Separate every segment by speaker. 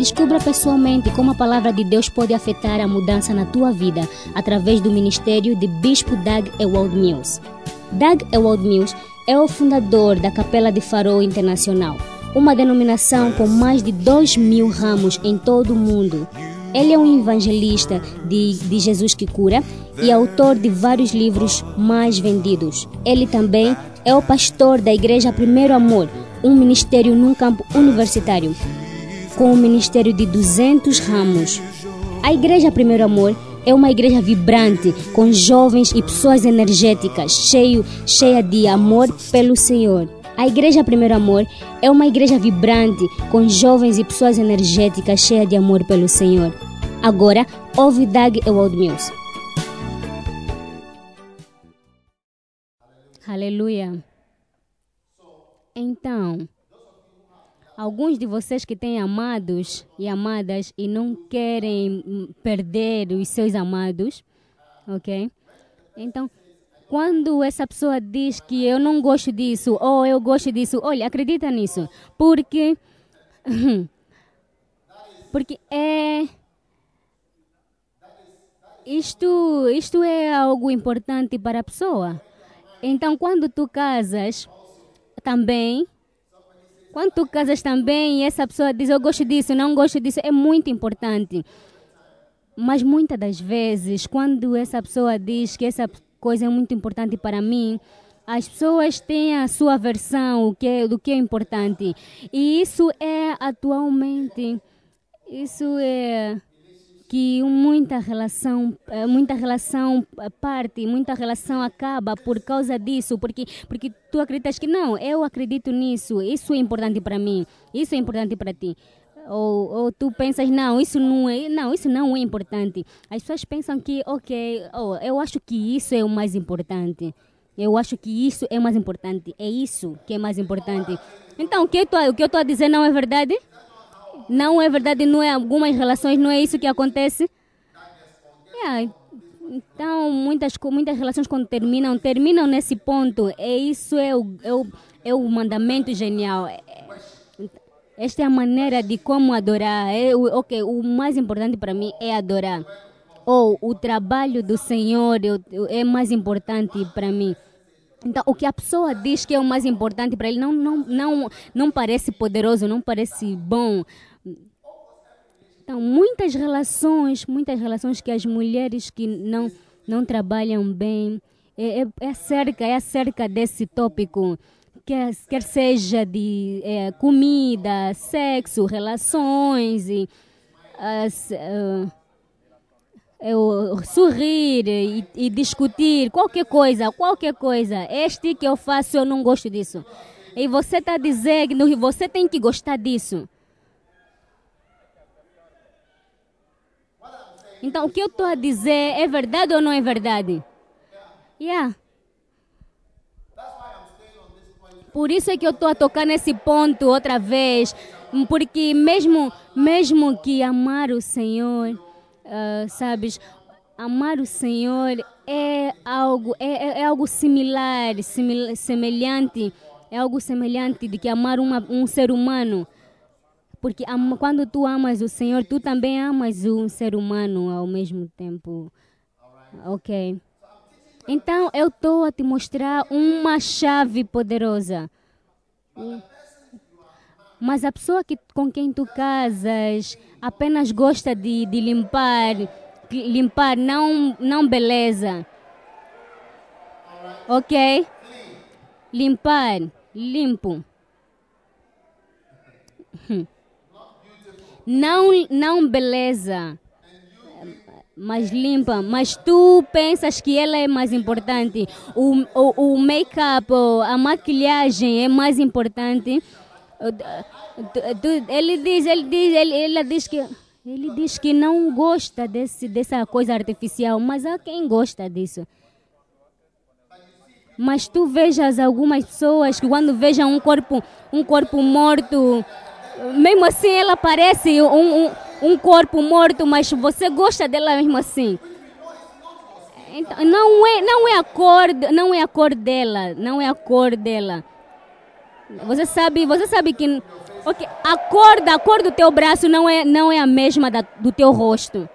Speaker 1: Descubra pessoalmente como a palavra de Deus pode afetar a mudança na tua vida através do ministério de Bispo Doug Ewald Mills. Doug Ewald Mills é o fundador da Capela de Farol Internacional, uma denominação com mais de 2.000 ramos em todo o mundo. Ele é um evangelista de Jesus que cura e autor de vários livros mais vendidos. Ele também é o pastor da Igreja Primeiro Amor, um ministério num campo universitário, com um ministério de 200 ramos. A Igreja Primeiro Amor é uma igreja vibrante, com jovens e pessoas energéticas, cheia de amor pelo Senhor. A Igreja Primeiro Amor é uma igreja vibrante, com jovens e pessoas energéticas, cheia de amor pelo Senhor. Agora, ouve Doug Ewald Mills. Aleluia. Então, alguns de vocês que têm amados e amadas e não querem perder os seus amados, ok? Então, quando essa pessoa diz que eu não gosto disso ou eu gosto disso, olha, acredita nisso, porque isto é algo importante para a pessoa. Então, quando tu casas também, e essa pessoa diz eu gosto disso, não gosto disso, é muito importante. Mas muitas das vezes, quando essa pessoa diz que essa coisa é muito importante para mim, as pessoas têm a sua versão do que é importante. E isso é atualmente, que muita relação parte, muita relação acaba por causa disso, porque tu acreditas que não, eu acredito nisso, isso é importante para mim, isso é importante para ti. Ou tu pensas, não, isso não é importante. As pessoas pensam que, ok, eu acho que isso é o mais importante. Eu acho que isso é mais importante. É isso que é mais importante. Então, o que eu estou a dizer não é verdade? Não é verdade, não é algumas relações, não é isso que acontece? Então, muitas relações quando terminam nesse ponto. Isso é o mandamento genial. Esta é a maneira de como adorar. O mais importante para mim é adorar. Ou o trabalho do Senhor é mais importante para mim. Então, o que a pessoa diz que é o mais importante para ele não parece poderoso, não parece bom. Então, muitas relações que as mulheres que não trabalham bem, é acerca desse tópico. Quer seja de comida, sexo, relações, sorrir e discutir, qualquer coisa. Este que eu faço, eu não gosto disso. E você está dizendo que você tem que gostar disso. Então, o que eu estou a dizer é verdade ou não é verdade? Por isso é que eu estou a tocar nesse ponto outra vez, porque mesmo que amar o Senhor, sabes, amar o Senhor é algo semelhante, é algo semelhante de que amar um ser humano, porque quando tu amas o Senhor, tu também amas um ser humano ao mesmo tempo, ok? Então, eu estou a te mostrar uma chave poderosa. Mas a pessoa com quem tu casas apenas gosta de limpar, não beleza. Ok? Limpo. Não beleza. Mas limpa, mas tu pensas que ela é mais importante, o make-up, a maquilhagem é mais importante. Ele diz que não gosta dessa coisa artificial, mas há quem gosta disso. Mas tu vejas algumas pessoas que quando vejam um corpo morto, mesmo assim ela parece um corpo morto, mas você gosta dela mesmo assim. Então, não é a cor dela. Você sabe que Ok, a cor do teu braço não é a mesma do teu rosto.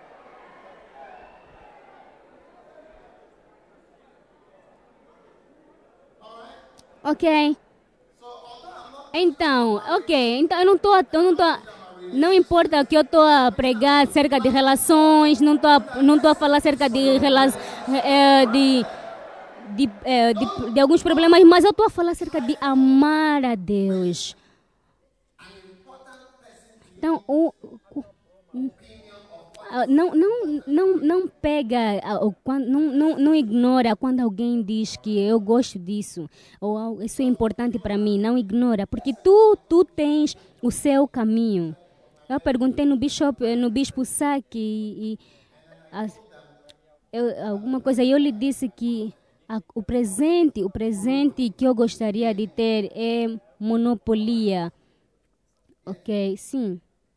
Speaker 1: Ok. Então, ok. Então eu não tô, não importa que eu estou a pregar acerca de relações, não tô a falar acerca de, de alguns problemas, mas eu estou a falar acerca de amar a Deus. Então, não pega, não ignora quando alguém diz que eu gosto disso, ou isso é importante para mim. Não ignora, porque tu tens o seu caminho. Eu perguntei no bispo Saki alguma coisa, e eu lhe disse que o presente que eu gostaria de ter é monopolia. Ok, sim.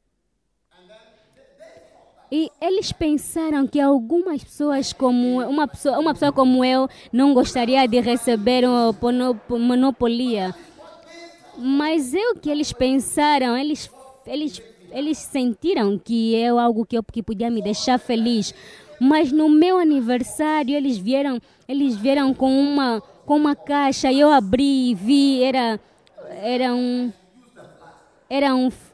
Speaker 1: E eles pensaram que algumas pessoas como uma pessoa como eu não gostaria de receber uma monopolia. Mas é o que eles pensaram, eles sentiram que é algo que podia me deixar feliz. Mas no meu aniversário eles vieram com uma caixa e eu abri e vi, era um era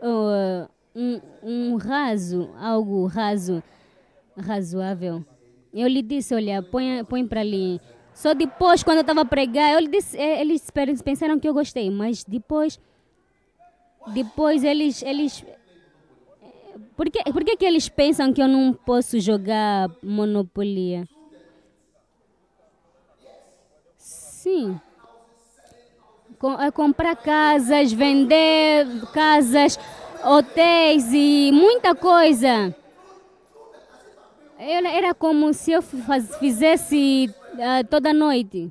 Speaker 1: um raso, algo razoável. Eu lhe disse, olha, põe para ali. Só depois, quando eu estava a pregar, eu lhe disse, eles pensaram que eu gostei, mas depois eles por que eles pensam que eu não posso jogar Monopolia? Sim. Comprar casas, vender casas, hotéis e muita coisa. Era como se eu fizesse toda noite.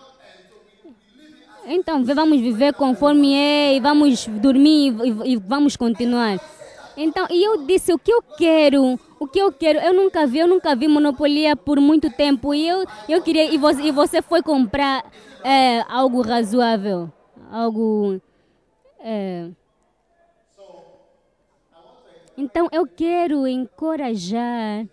Speaker 1: Então, vamos viver conforme é, e vamos dormir e vamos continuar. Então, e eu disse o que eu quero, eu nunca vi Monopolia por muito tempo e eu queria, e você foi comprar algo razoável, algo... Então, eu quero encorajar.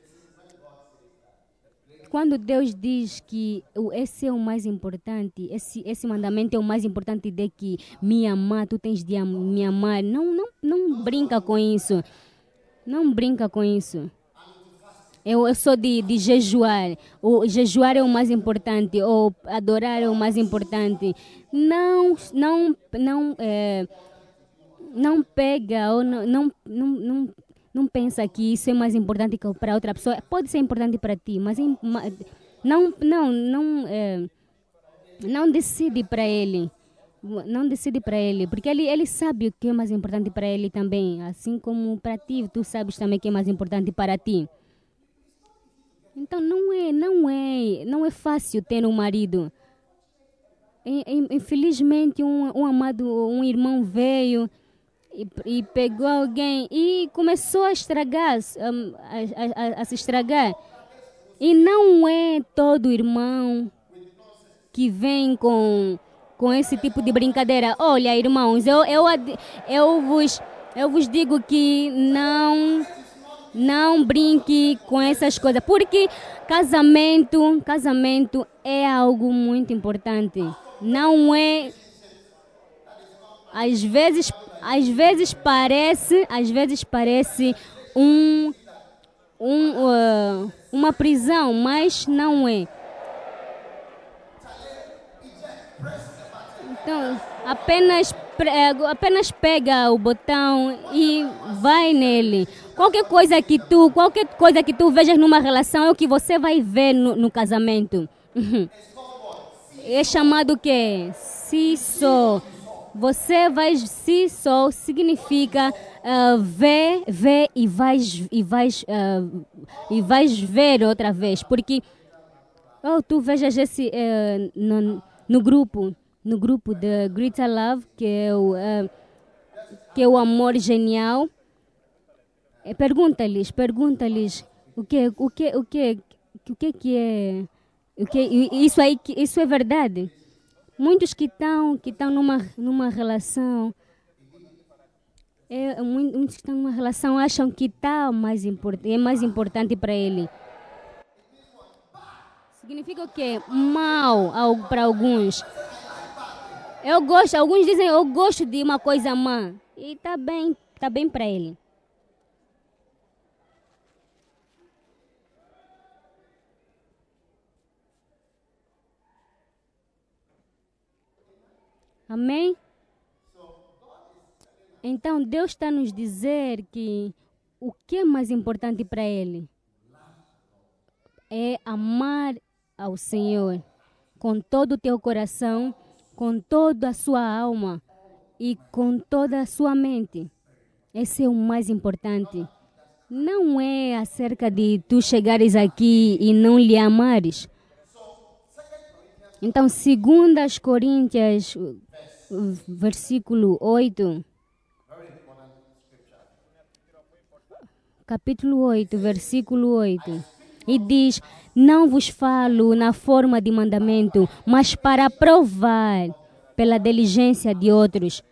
Speaker 1: Quando Deus diz que esse é o mais importante, esse mandamento é o mais importante de que me amar, tu tens de me amar. Não brinca com isso. Não brinca com isso. Eu sou de jejuar. O jejuar é o mais importante. Ou adorar é o mais importante. Não pega ou não pensa que isso é mais importante que para outra pessoa. Pode ser importante para ti, mas não decide para ele. Não decide para ele, porque ele sabe o que é mais importante para ele também, assim como para ti, tu sabes também o que é mais importante para ti. Então não é fácil ter um marido. Infelizmente um irmão veio e pegou alguém e começou a estragar, a se estragar. E não é todo irmão que vem com esse tipo de brincadeira. Olha, irmãos, eu vos digo que não brinque com essas coisas, porque casamento é algo muito importante. Não é... Às vezes parece uma prisão, mas não é. Então, apenas pega o botão e vai nele. Qualquer coisa que tu vejas numa relação é o que você vai ver no casamento. É chamado o quê? Siso. Você vai, siso significa ver e vais ver outra vez, porque tu vejas esse no grupo de Greater Love, que é o amor genial. Pergunta-lhes o que é, isso é verdade. Muitos que estão numa relação Muitos que estão numa relação acham que é mais importante para ele. Significa o quê? Mal para alguns. Alguns dizem eu gosto de uma coisa má. E tá bem para ele. Amém? Então Deus está nos dizer que o que é mais importante para ele é amar ao Senhor com todo o teu coração, com toda a sua alma e com toda a sua mente. Esse é o mais importante. Não é acerca de tu chegares aqui e não lhe amares. Então, 2 Coríntios, versículo 8. Capítulo 8, versículo 8. E diz: não vos falo na forma de mandamento, mas para provar pela diligência de outros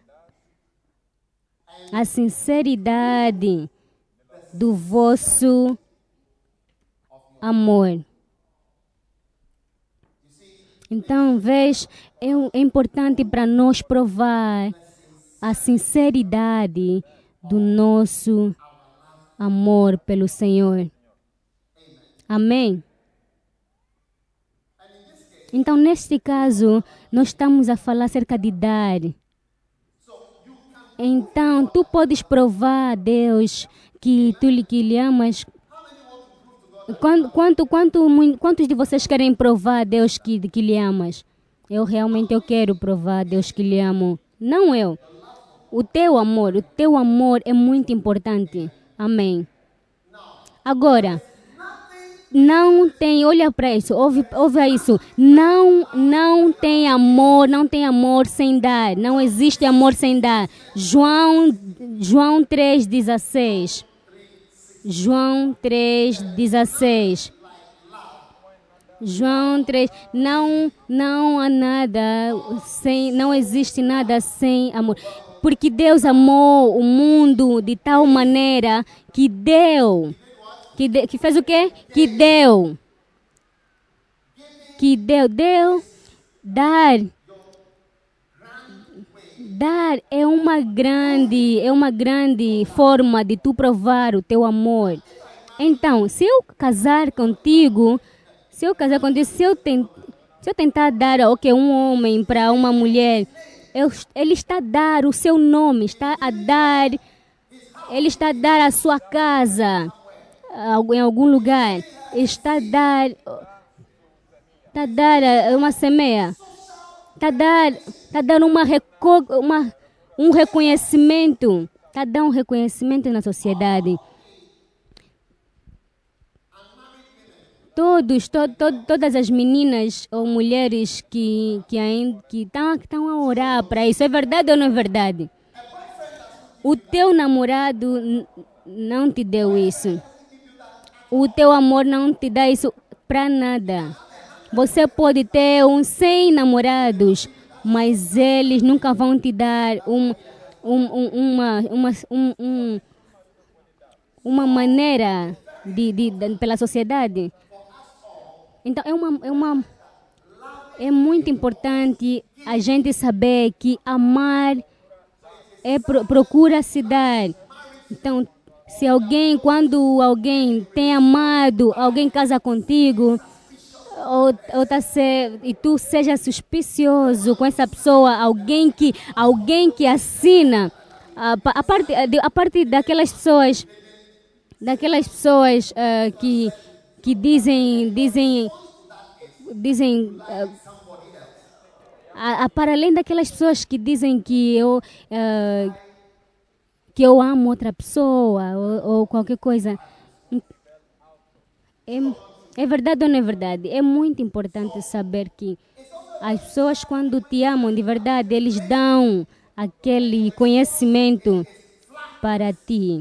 Speaker 1: a sinceridade do vosso amor. Então, vês, é importante para nós provar a sinceridade do nosso amor pelo Senhor. Amém? Então, neste caso, nós estamos a falar acerca de dar. Então, tu podes provar a Deus que lhe amas. Quantos de vocês querem provar a Deus que lhe amas? Eu quero provar a Deus que lhe amo. Não eu. O teu amor é muito importante. Amém. Agora, não tem, olha para isso, ouve isso. Não tem amor sem dar. Não existe amor sem dar. João 3,16. João 3,16. João 3, não há nada não existe nada sem amor. Porque Deus amou o mundo de tal maneira que deu. Que fez o quê? Que deu. Dar é uma grande forma de tu provar o teu amor. Então, se eu casar contigo, se eu tentar dar um homem para uma mulher, ele está a dar o seu nome, ele está a dar a sua casa em algum lugar, está a dar uma semeia, está a dar um reconhecimento, está a dar um reconhecimento na sociedade. Todas as meninas ou mulheres que estão a orar para isso, é verdade ou não é verdade? O teu namorado não te deu isso. O teu amor não te dá isso para nada. Você pode ter 100 namorados, mas eles nunca vão te dar uma maneira pela sociedade. Então, é muito importante a gente saber que amar procura se dar. Então, quando alguém tem amado, alguém casa contigo, e tu seja suspicioso com essa pessoa, alguém que assina, a parte daquelas pessoas que dizem para além daquelas pessoas que dizem que eu amo outra pessoa ou qualquer coisa. É verdade ou não é verdade? É muito importante saber que as pessoas, quando te amam de verdade, eles dão aquele conhecimento para ti,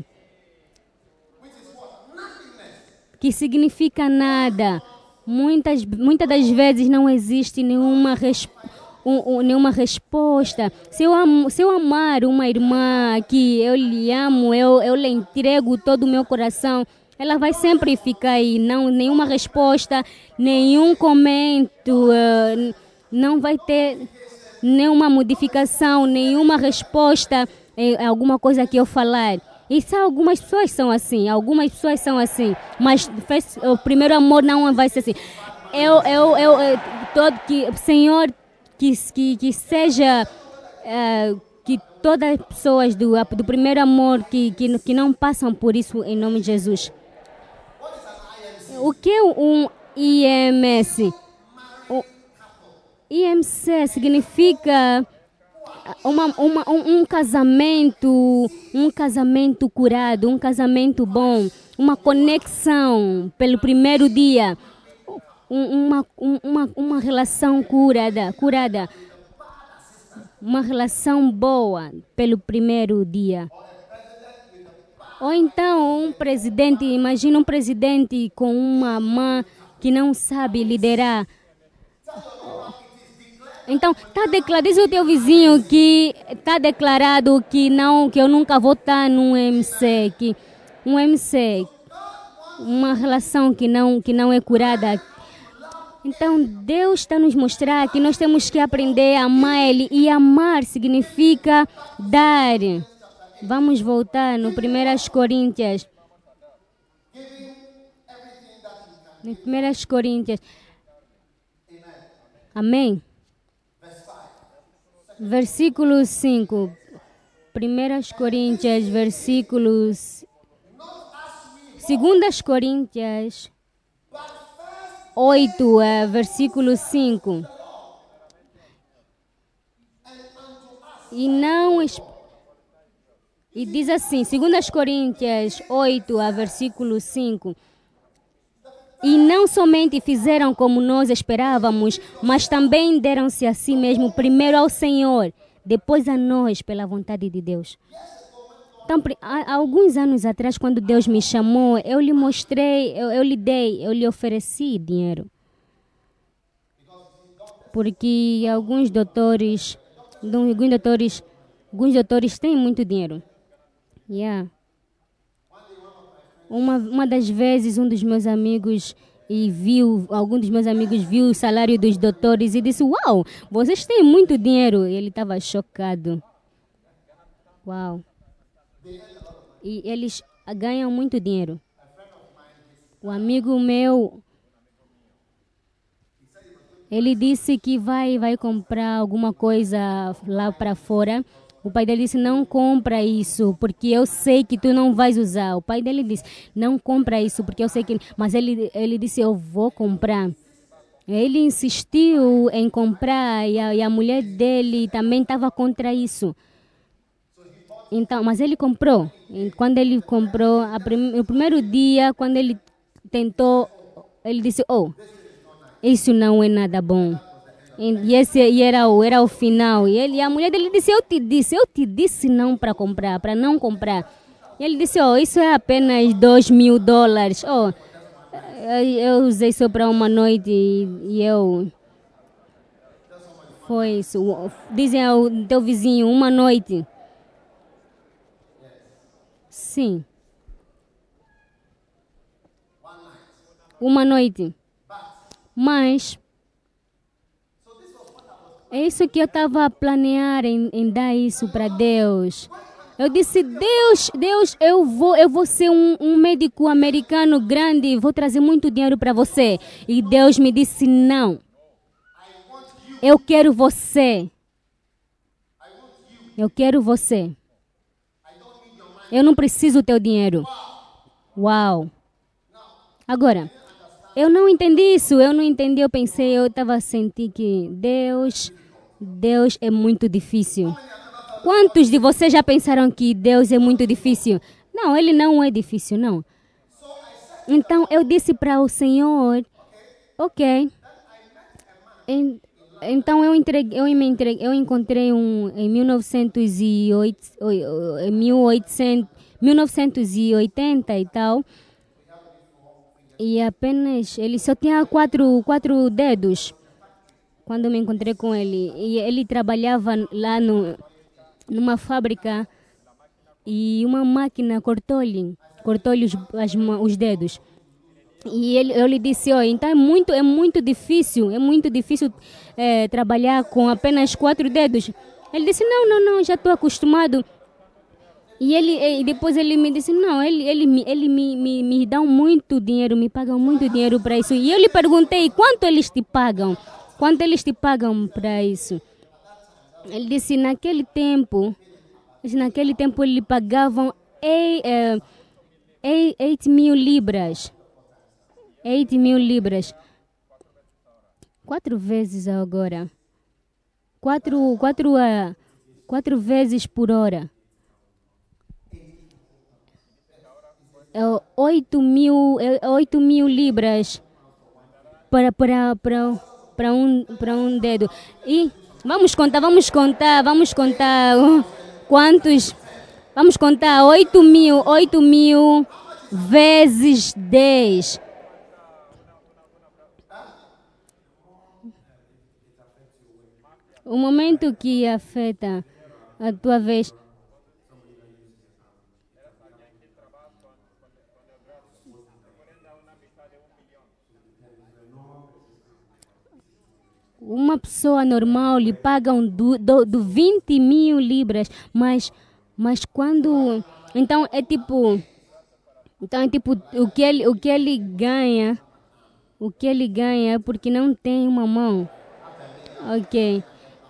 Speaker 1: que significa nada. Muitas das vezes não existe nenhuma nenhuma resposta. Se eu amar uma irmã que eu lhe amo, eu lhe entrego todo o meu coração, ela vai sempre ficar aí. Não, nenhuma resposta, nenhum comento, não vai ter nenhuma modificação, nenhuma resposta em alguma coisa que eu falar. E algumas pessoas são assim, mas o primeiro amor não vai ser assim. Senhor, que seja, que todas as pessoas do primeiro amor que não passam por isso, em nome de Jesus. O que é um IMS? O IMC significa um casamento curado, um casamento bom, uma conexão pelo primeiro dia, uma relação curada, uma relação boa pelo primeiro dia. Ou então imagina um presidente com uma mãe que não sabe liderar. Então, diz o teu vizinho que está declarado que eu nunca vou estar num MC, uma relação que não é curada. Então, Deus está nos mostrar que nós temos que aprender a amar Ele, e amar significa dar. Vamos voltar no 1 Coríntios. No 1 Coríntios. Amém? Versículo 5. 1 Coríntios, versículos... 2 Coríntios 8, versículo 5. E diz assim, 2 Coríntios 8, versículo 5. E não somente fizeram como nós esperávamos, mas também deram-se a si mesmo, primeiro ao Senhor, depois a nós, pela vontade de Deus. Então, há alguns anos atrás, quando Deus me chamou, eu lhe mostrei, eu lhe ofereci dinheiro. Porque alguns doutores têm muito dinheiro. Yeah. Uma das vezes, algum dos meus amigos viu o salário dos doutores e disse: "Uau, vocês têm muito dinheiro." E ele estava chocado. Uau. E eles ganham muito dinheiro. O amigo meu, ele disse que vai comprar alguma coisa lá para fora. O pai dele disse: "Não compra isso, porque eu sei que tu não vais usar." O pai dele disse: "Não compra isso, porque eu sei que..." Mas ele disse: "Eu vou comprar." Ele insistiu em comprar e a mulher dele também estava contra isso. Então, mas ele comprou. E quando ele comprou, no primeiro dia, quando ele tentou, ele disse: "Oh, isso não é nada bom." E era o final. E a mulher dele disse: eu te disse não para comprar, para não comprar." E ele disse: "Oh, isso é apenas $2.000. Oh, eu usei só para uma noite e eu..." Foi isso. Dizem ao teu vizinho: uma noite. Sim. Uma noite. Mas é isso que eu estava a planear em dar isso para Deus. Eu disse: Deus, eu vou ser um médico americano grande, vou trazer muito dinheiro para você. E Deus me disse: "Não. Eu quero você. Eu quero você. Eu não preciso do teu dinheiro." Uau. Agora, eu não entendi isso, eu pensei, eu estava a sentir que Deus é muito difícil. Quantos de vocês já pensaram que Deus é muito difícil? Não, Ele não é difícil, não. Então, eu disse para o Senhor: "Ok." Então, eu encontrei em 1980 e tal. E apenas, ele só tinha quatro dedos. quando eu me encontrei com ele. E ele trabalhava lá numa fábrica e uma máquina cortou-lhe os dedos. E eu lhe disse, então é muito difícil trabalhar com apenas 4 dedos. Ele disse, não, já estou acostumado. E depois ele me disse, não, ele me dão muito dinheiro, me pagam muito dinheiro para isso. E eu lhe perguntei, quanto eles te pagam? Quanto eles te pagam para isso? Ele disse, naquele tempo eles pagavam 8.000 libras. 8.000 libras. 4 vezes agora. 4 vezes por hora. 8.000 libras para um dedo. E vamos contar quantos. Vamos contar 8.000 vezes 10. O momento que afeta a tua vez. Uma pessoa normal lhe pagam do 20.000 libras, mas quando... Então é tipo o que ele ganha é porque não tem uma mão. Ok.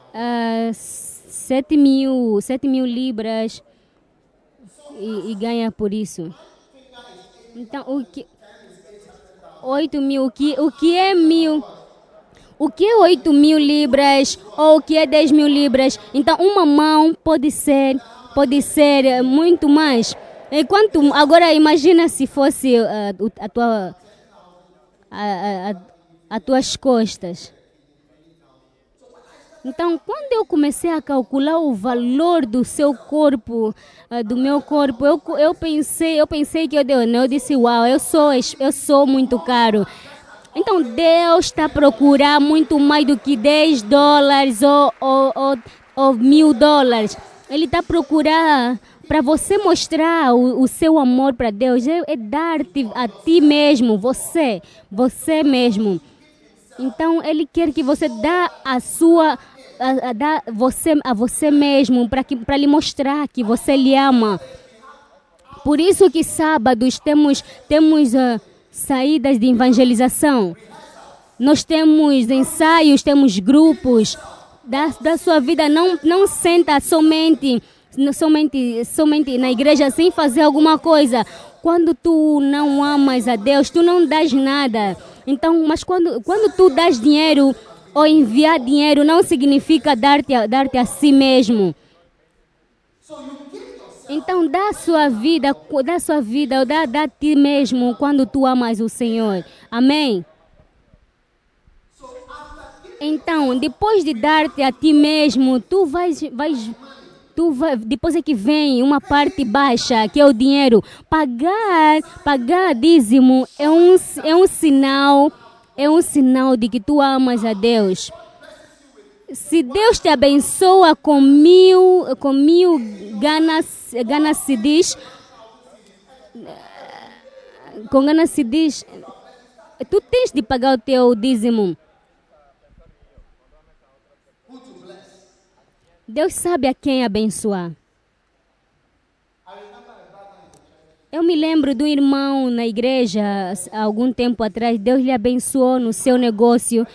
Speaker 1: 7.000 libras e ganha por isso. Então, 8.000, o que é 1.000? O que é 8.000 libras ou o que é 10.000 libras? Então, uma mão pode ser muito mais. Enquanto, agora, imagina se fosse as tuas costas. Então, quando eu comecei a calcular o valor do seu corpo, do meu corpo, eu pensei que eu disse, uau, eu sou muito caro. Então, Deus está a procurar muito mais do que $10 ou $1.000. Ele está a procurar para você mostrar o seu amor para Deus, é dar-te a ti mesmo, você mesmo. Então, Ele quer que você dá a você mesmo para lhe mostrar que você lhe ama. Por isso que sábados temos saídas de evangelização. Nós temos ensaios, temos grupos. Da sua vida não senta somente na igreja sem fazer alguma coisa. Quando tu não amas a Deus, tu não dás nada. Então, mas quando tu dás dinheiro ou enviar dinheiro, não significa dar-te a si mesmo. Então, dá a sua vida ou dá a ti mesmo quando tu amas o Senhor. Amém? Então, depois de dar-te a ti mesmo, depois é que vem uma parte baixa, que é o dinheiro. Pagar dízimo é um sinal de que tu amas a Deus. Se Deus te abençoa com mil ganas se diz, tu tens de pagar o teu dízimo. Deus sabe a quem abençoar. Eu me lembro do irmão na igreja, há algum tempo atrás, Deus lhe abençoou no seu negócio.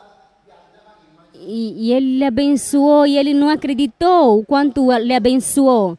Speaker 1: E ele lhe abençoou e ele não acreditou o quanto lhe abençoou.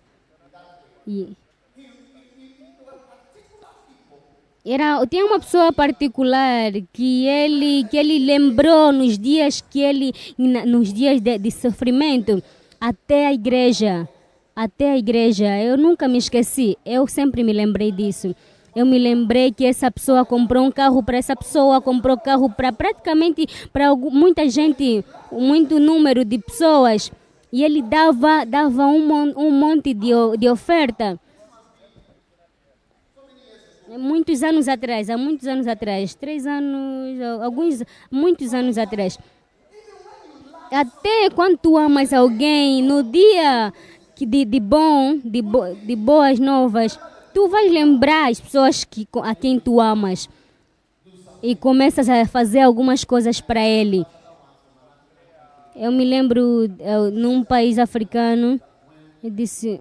Speaker 1: Tinha uma pessoa particular que ele lembrou nos dias de sofrimento até a igreja. Eu nunca me esqueci, eu sempre me lembrei disso. Eu me lembrei que essa pessoa comprou um carro para essa pessoa, comprou carro para praticamente para muita gente, muito número de pessoas. E ele dava um monte de oferta. Há muitos anos atrás, 3 anos, muitos anos atrás. Até quando tu amas alguém, no dia de boas novas, tu vais lembrar as pessoas a quem tu amas e começas a fazer algumas coisas para ele. Eu me lembro, num país africano, ele disse,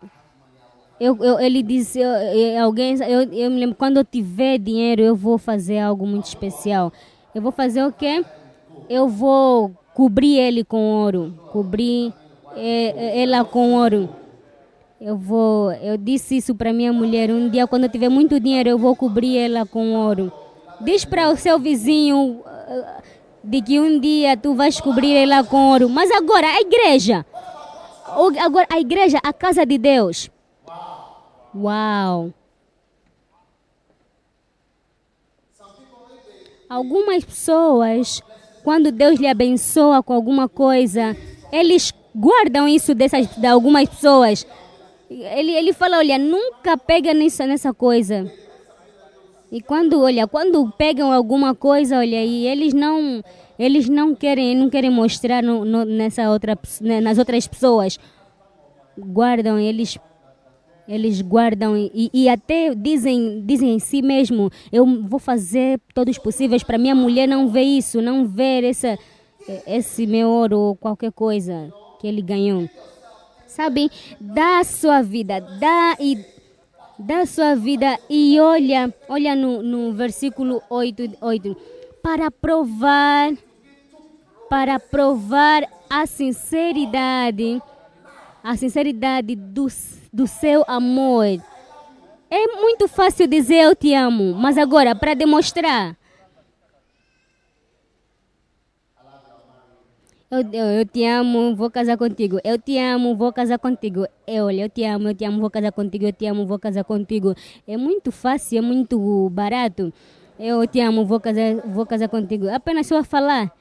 Speaker 1: eu me lembro, quando eu tiver dinheiro, eu vou fazer algo muito especial. Eu vou fazer o quê? Eu vou cobrir ele com ouro, cobrir ela com ouro. Eu disse isso para minha mulher, um dia quando eu tiver muito dinheiro, eu vou cobrir ela com ouro. Diz para o seu vizinho de que um dia tu vais cobrir ela com ouro. Mas agora a igreja, a casa de Deus. Uau! Algumas pessoas, quando Deus lhe abençoa com alguma coisa, eles guardam isso de algumas pessoas. Ele fala, olha, nunca pega nessa coisa. E quando pegam alguma coisa, olha, e eles não querem mostrar nas outras pessoas. Guardam, eles guardam e até dizem em si mesmo, eu vou fazer todos os possíveis para minha mulher não ver isso, não ver esse meu ouro ou qualquer coisa que ele ganhou. Sabe, dá sua vida e olha no versículo 8, para provar a sinceridade do seu amor. É muito fácil dizer eu te amo, mas agora, para demonstrar, eu te amo, vou casar contigo. Eu te amo, vou casar contigo. Olha, eu te amo, vou casar contigo. Eu te amo, vou casar contigo. É muito fácil, é muito barato. Eu te amo, vou casar contigo. Apenas só falar.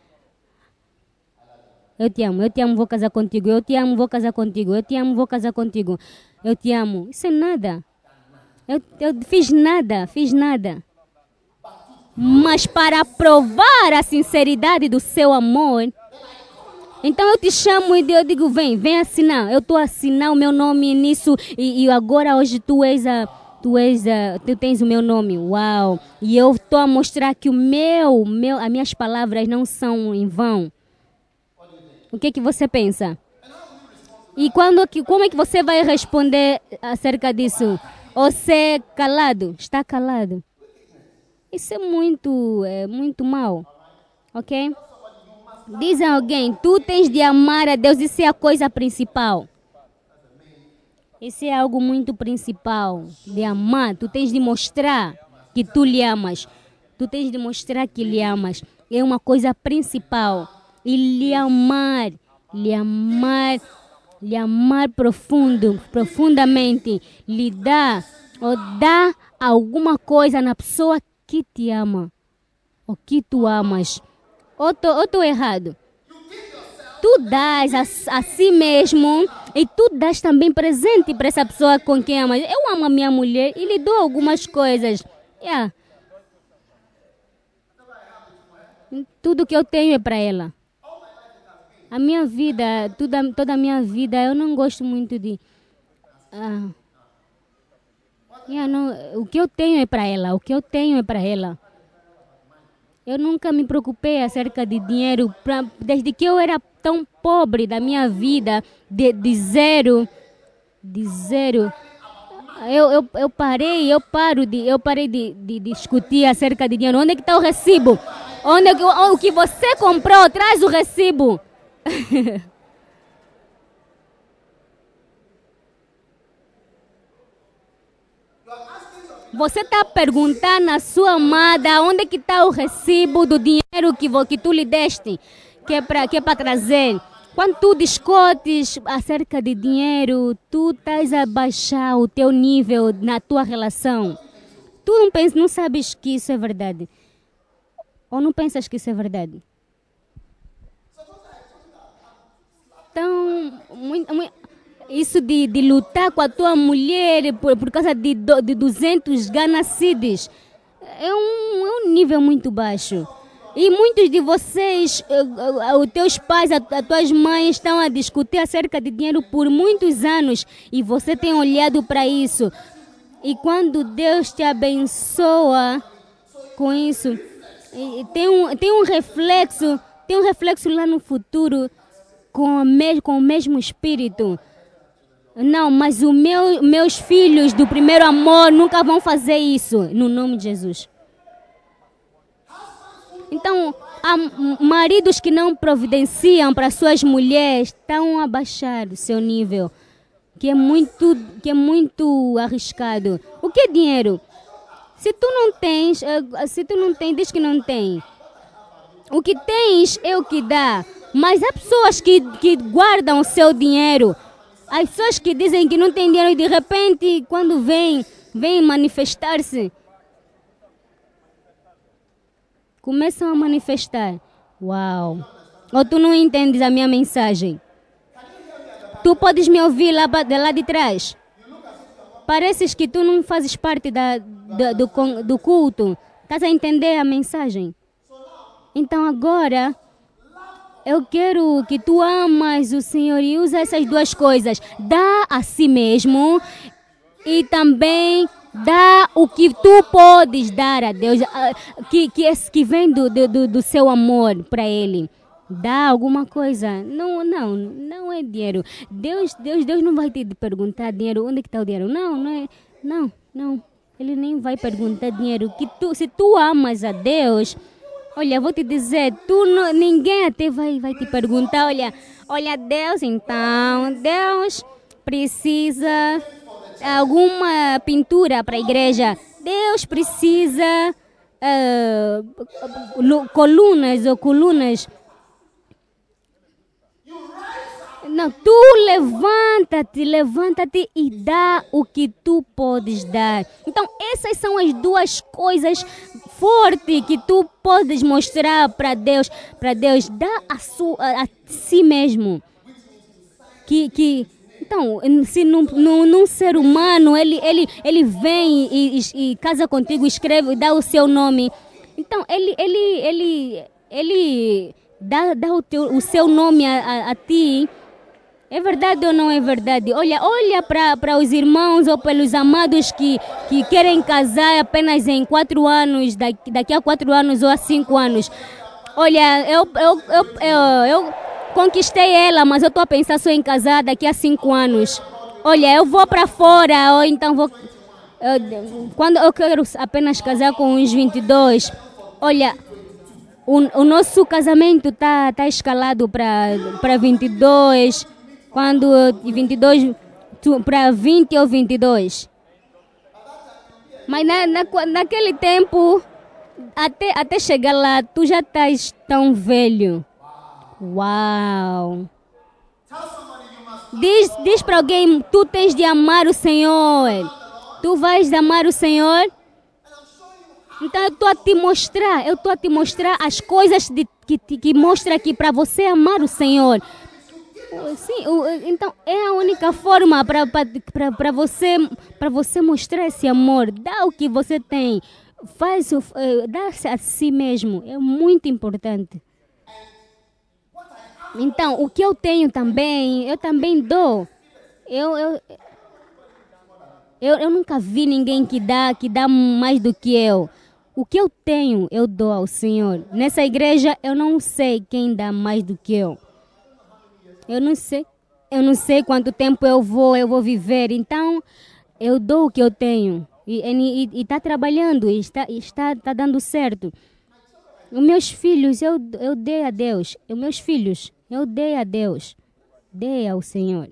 Speaker 1: Eu te amo, vou casar contigo. Eu te amo, vou casar contigo. Eu te amo, vou casar contigo. Eu te amo. Isso é nada. Eu fiz nada. Mas para provar a sinceridade do seu amor, então eu te chamo e eu digo, vem assinar. Eu estou a assinar o meu nome nisso e agora hoje tu tens o meu nome. Uau! E eu estou a mostrar que as minhas palavras não são em vão. O que você pensa? E como é que você vai responder acerca disso? Ou ser calado? Está calado? Isso é muito mal. Ok? Diz a alguém, tu tens de amar a Deus, isso é a coisa principal. Isso é algo muito principal, de amar. Tu tens de mostrar que tu lhe amas. Tu tens de mostrar que lhe amas. É uma coisa principal. E lhe amar profundamente, lhe dá alguma coisa na pessoa que te ama, ou que tu amas. Ou estou errado? Tu dás a si mesmo e tu dás também presente para essa pessoa com quem amas. Eu amo a minha mulher e lhe dou algumas coisas. Tudo que eu tenho é para ela. A minha vida, toda a minha vida, eu não gosto muito de... o que eu tenho é para ela. Eu nunca me preocupei acerca de dinheiro. Desde que eu era tão pobre da minha vida, de zero. Eu parei de discutir acerca de dinheiro. Onde é que está o recibo? O que você comprou? Traz o recibo. Você está perguntando à sua amada onde é que está o recibo do dinheiro que tu lhe deste, que é para trazer. Quando tu discutes acerca de dinheiro, tu estás a baixar o teu nível na tua relação. Tu não sabes que isso é verdade. Ou não pensas que isso é verdade? Então, isso de lutar com a tua mulher por causa de 200 Ghana cedis é um nível muito baixo. E muitos de vocês, os teus pais, as tuas mães estão a discutir acerca de dinheiro por muitos anos e você tem olhado para isso. E quando Deus te abençoa com isso, tem um reflexo lá no futuro com o mesmo espírito. Não, mas meus filhos do primeiro amor nunca vão fazer isso, no nome de Jesus. Então, há maridos que não providenciam para suas mulheres, estão a baixar o seu nível, que é muito arriscado. O que é dinheiro? Se tu não tens, diz que não tem. O que tens é o que dá. Mas há pessoas que guardam o seu dinheiro. As pessoas que dizem que não têm dinheiro e de repente, quando vem manifestar-se, começam a manifestar. Uau! Ou tu não entendes a minha mensagem? Tu podes me ouvir lá de trás? Pareces que tu não fazes parte do culto. Estás a entender a mensagem? Então agora, eu quero que tu amas o Senhor e usa essas duas coisas. Dá a si mesmo e também dá o que tu podes dar a Deus, que vem do seu amor para Ele. Dá alguma coisa. Não é dinheiro. Deus não vai te perguntar dinheiro. Onde é que está o dinheiro? Não. Ele nem vai perguntar dinheiro. Se tu amas a Deus, olha, vou te dizer, ninguém até vai te perguntar, olha, Deus, então, Deus precisa alguma pintura para a igreja. Deus precisa colunas. Não, tu levanta-te e dá o que tu podes dar. Então, essas são as duas coisas fortes que tu podes mostrar para Deus. Dá a si mesmo. Então, se num ser humano, ele vem e casa contigo, escreve, dá o seu nome. Então, ele dá o seu nome a ti. É verdade ou não é verdade? Olha para os irmãos ou pelos amados que querem casar apenas em 4 anos, daqui a 4 anos ou a 5 anos. Olha, eu conquistei ela, mas eu estou a pensar só em casar daqui a 5 anos. Olha, eu vou para fora, ou então vou... quando eu quero apenas casar com uns 22, olha, o nosso casamento tá escalado para 22... Quando 22 para 20 ou 22. Mas naquele tempo, até chegar lá, tu já estás tão velho. Uau! Diz para alguém, tu tens de amar o Senhor. Tu vais amar o Senhor? Então eu estou a te mostrar as coisas que mostra aqui para você amar o Senhor. Sim, então é a única forma para você mostrar esse amor. Dá o que você tem, dá-se a si mesmo, é muito importante. Então, o que eu tenho também, eu também dou. Eu nunca vi ninguém que dá mais do que eu. O que eu tenho, eu dou ao Senhor. Nessa igreja, eu não sei quem dá mais do que eu. Eu não sei quanto tempo eu vou viver, então eu dou o que eu tenho e está trabalhando, está dando certo. Os meus filhos eu dei a Deus, eu dei a Deus, dei ao Senhor.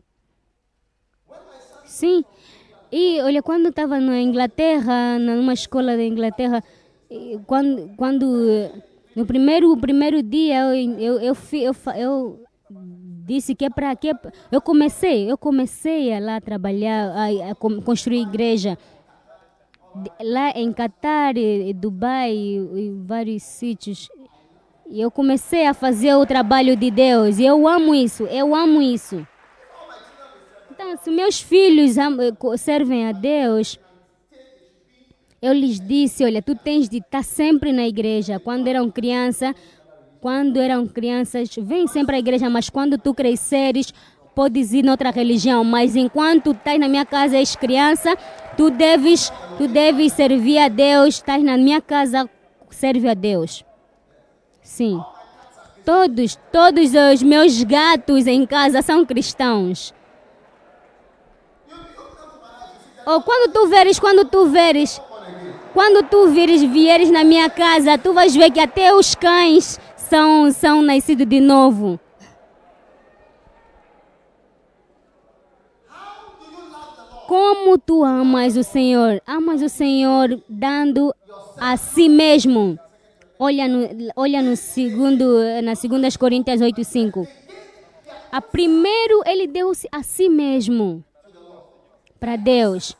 Speaker 1: Sim, e olha, quando eu estava na Inglaterra, numa escola da Inglaterra, quando no primeiro dia eu disse que eu comecei a lá trabalhar, a construir igreja lá em Catar, Dubai e vários sítios. E eu comecei a fazer o trabalho de Deus. E eu amo isso. Então, se meus filhos servem a Deus, Eu lhes disse, olha, tu tens de estar sempre na igreja. Quando eram crianças, vem sempre à igreja, mas quando tu cresceres, podes ir noutra religião. Mas enquanto estás na minha casa, és criança, tu deves servir a Deus. Estás na minha casa, serve a Deus. Sim. Todos os meus gatos em casa são cristãos. Ou quando tu vieres na minha casa, tu vais ver que até os cães são nascidos de novo. Como tu amas o Senhor? Amas o Senhor dando a si mesmo. Olha na 2 Coríntios 8:5. Primeiro ele deu-se a si mesmo para Deus.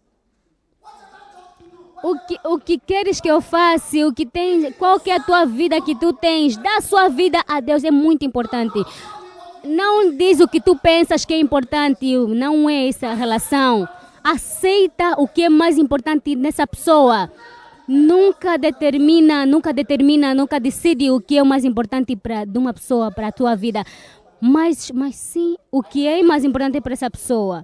Speaker 1: O que queres que eu faça? Qual que é a tua vida que tu tens? Dá a sua vida a Deus, é muito importante. Não diz o que tu pensas que é importante, não é essa a relação. Aceita o que é mais importante nessa pessoa. Nunca decide o que é o mais importante de uma pessoa para a tua vida. Mas sim, o que é mais importante para essa pessoa.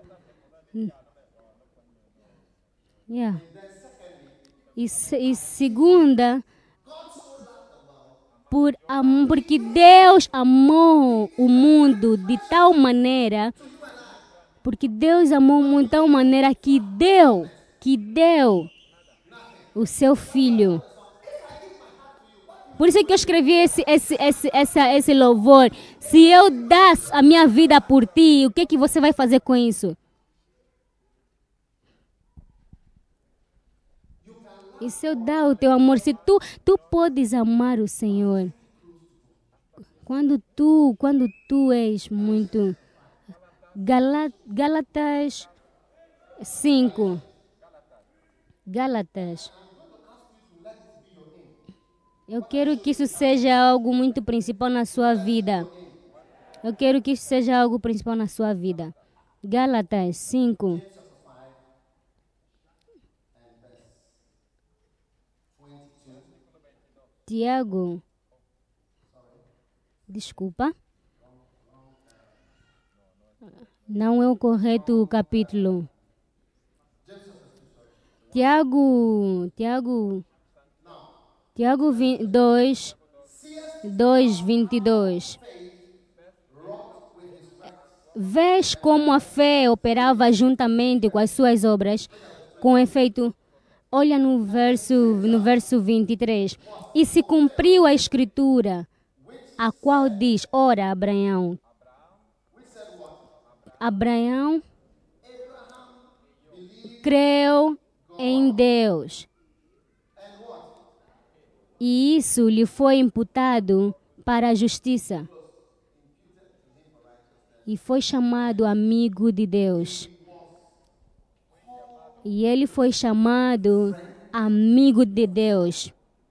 Speaker 1: Yeah. E segunda, porque Deus amou o mundo de tal maneira, porque Deus amou o mundo de tal maneira que deu o seu filho. Por isso é que eu escrevi esse louvor. Se eu dar a minha vida por ti, o que é que você vai fazer com isso? E se eu dar o teu amor, se tu podes amar o Senhor, quando tu és muito... Gálatas 5. Gálatas. Eu quero que isso seja algo muito principal na sua vida. Eu quero que isso seja algo principal na sua vida. Gálatas 5. Tiago, desculpa, não é o correto capítulo. Tiago 2:22. Vês como a fé operava juntamente com as suas obras, com efeito. Olha no verso 23. E se cumpriu a escritura, a qual diz, ora, Abraão creu em Deus. E isso lhe foi imputado para a justiça. E foi chamado amigo de Deus. E ele foi chamado amigo de Deus.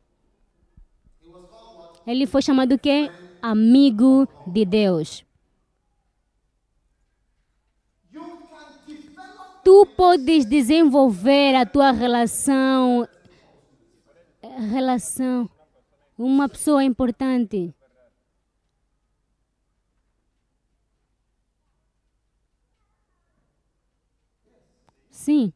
Speaker 1: Ele foi chamado o quê? Amigo de Deus. Tu podes desenvolver a tua relação. Uma pessoa importante. Sim.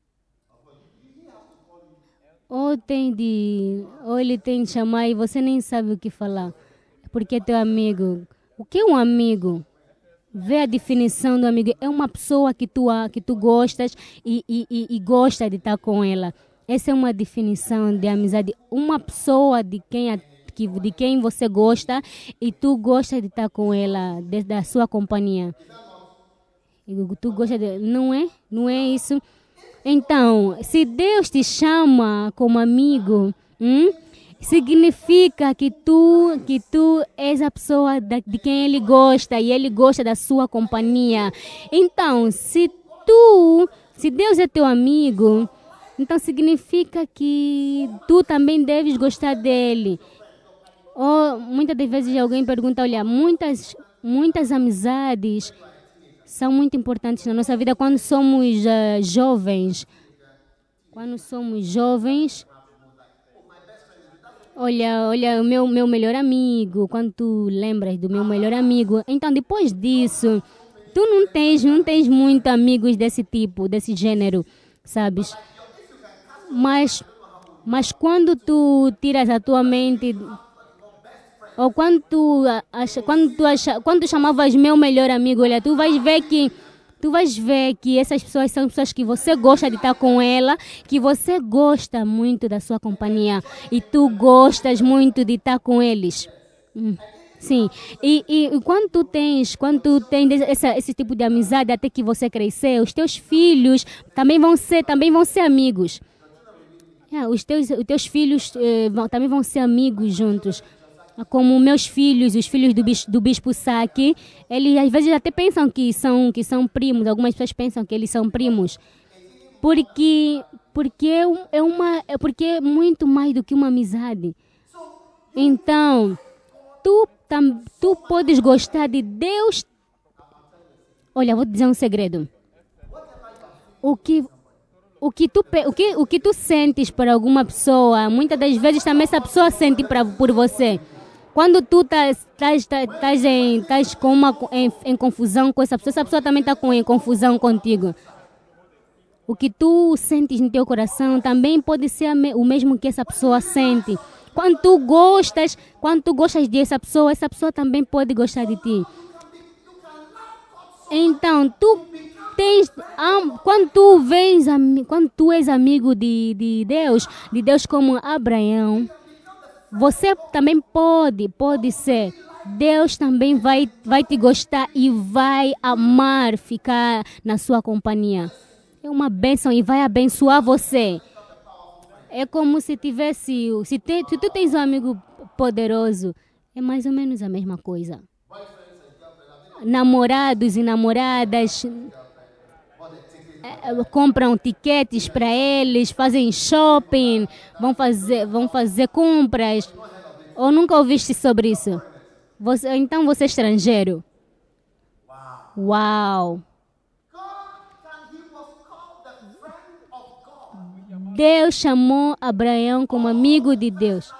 Speaker 1: Ou ele tem de chamar e você nem sabe o que falar. Porque é teu amigo. O que é um amigo? Vê a definição do amigo. É uma pessoa que tu gostas e gosta de estar com ela. Essa é uma definição de amizade. Uma pessoa de quem você gosta e tu gosta de estar com ela, da sua companhia. Tu gosta de... Não é? Não é isso? Então, se Deus te chama como amigo, significa que tu és a pessoa de quem Ele gosta e Ele gosta da sua companhia. Então, se Deus é teu amigo, então significa que tu também deves gostar dele. Ou muitas das vezes alguém pergunta, olha, muitas amizades são muito importantes na nossa vida quando somos jovens. quando somos jovens, olha, o meu melhor amigo, quando tu lembras do meu melhor amigo, então depois disso, tu não tens muito amigos desse tipo, desse gênero, sabes? Mas quando tu tiras a tua mente, ou quando tu chamavas meu melhor amigo, olha, tu vais ver que essas pessoas são pessoas que você gosta de estar com ela, que você gosta muito da sua companhia e tu gostas muito de estar com eles. Sim. E quando tu tens esse tipo de amizade até que você crescer, os teus filhos também vão ser amigos. Os teus filhos também vão ser amigos juntos. Como meus filhos, os filhos do Bispo Saki, eles às vezes até pensam que são primos. Algumas pessoas pensam que eles são primos. Porque é muito mais do que uma amizade. Então, tu podes gostar de Deus. Olha, vou te dizer um segredo. O que tu sentes por alguma pessoa, muitas das vezes também essa pessoa sente por você. Quando tu estás em confusão com essa pessoa também está em confusão contigo. O que tu sentes no teu coração também pode ser o mesmo que essa pessoa sente. Quando tu gostas dessa pessoa, essa pessoa também pode gostar de ti. Então, quando tu és amigo de Deus como Abraão, você também pode ser. Deus também vai te gostar e vai amar ficar na sua companhia. É uma bênção e vai abençoar você. É como se tu tens um amigo poderoso, é mais ou menos a mesma coisa. Namorados e namoradas compram tiquetes para eles, fazem shopping, vão fazer compras. Ou nunca ouviste sobre isso? Então você é estrangeiro. Uau! Deus chamou Abraão como amigo de Deus.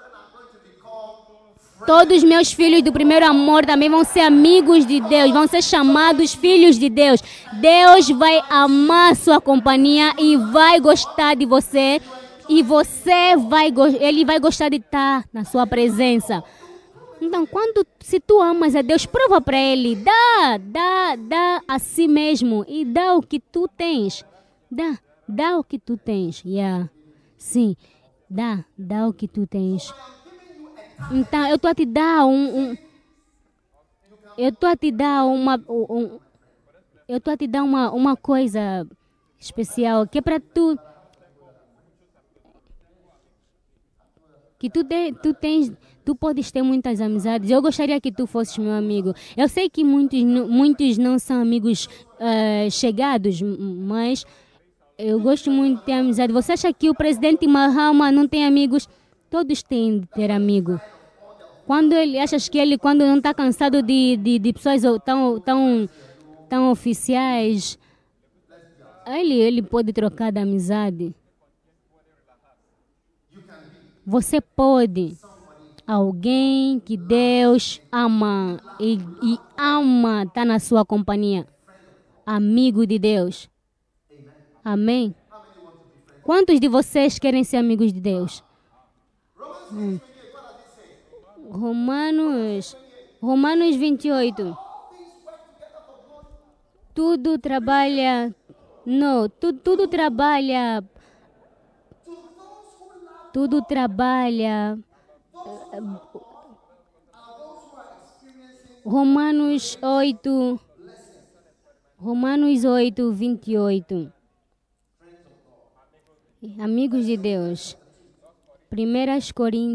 Speaker 1: Todos os meus filhos do primeiro amor também vão ser amigos de Deus, vão ser chamados filhos de Deus. Deus vai amar sua companhia e vai gostar de você. E ele vai gostar de estar na sua presença. Então, se tu amas a Deus, prova para Ele. Dá a si mesmo e dá o que tu tens. Dá o que tu tens. Sim, dá o que tu tens. Então, eu estou a te dar uma coisa especial que é para tu. Que tu podes ter muitas amizades. Eu gostaria que tu fosses meu amigo. Eu sei que muitos não são amigos chegados, mas eu gosto muito de ter amizade. Você acha que o presidente Mahama não tem amigos? Todos têm de ter amigo. Quando não está cansado de pessoas tão oficiais, ele pode trocar de amizade. Você pode. Alguém que Deus ama e ama estar na sua companhia. Amigo de Deus. Amém? Quantos de vocês querem ser amigos de Deus? Romanos 28. Tudo trabalha Romanos 8, 28. Amigos de Deus. 1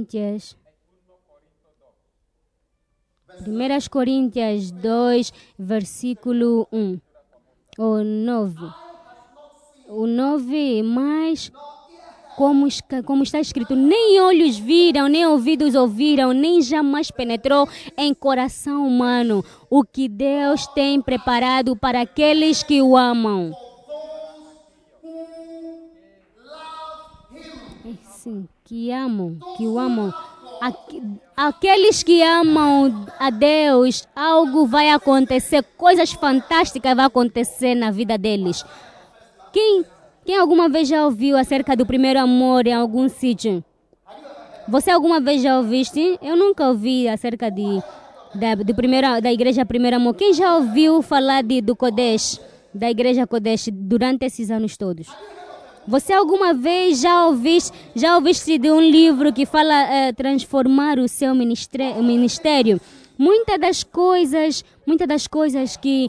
Speaker 1: Coríntios 2, versículo 1. Ou 9. O 9, mas como está escrito, nem olhos viram, nem ouvidos ouviram, nem jamais penetrou em coração humano o que Deus tem preparado para aqueles que o amam. Sim, que amam, que o amam. Aqueles que amam a Deus, algo vai acontecer, coisas fantásticas vão acontecer na vida deles. Quem alguma vez já ouviu acerca do primeiro amor em algum sítio? Você alguma vez já ouviste? Eu nunca ouvi acerca da igreja Primeiro Amor. Quem já ouviu falar do Kodesh, da igreja Kodesh, durante esses anos todos? Você alguma vez já ouviste de um livro que fala transformar o seu ministério? Muitas das coisas que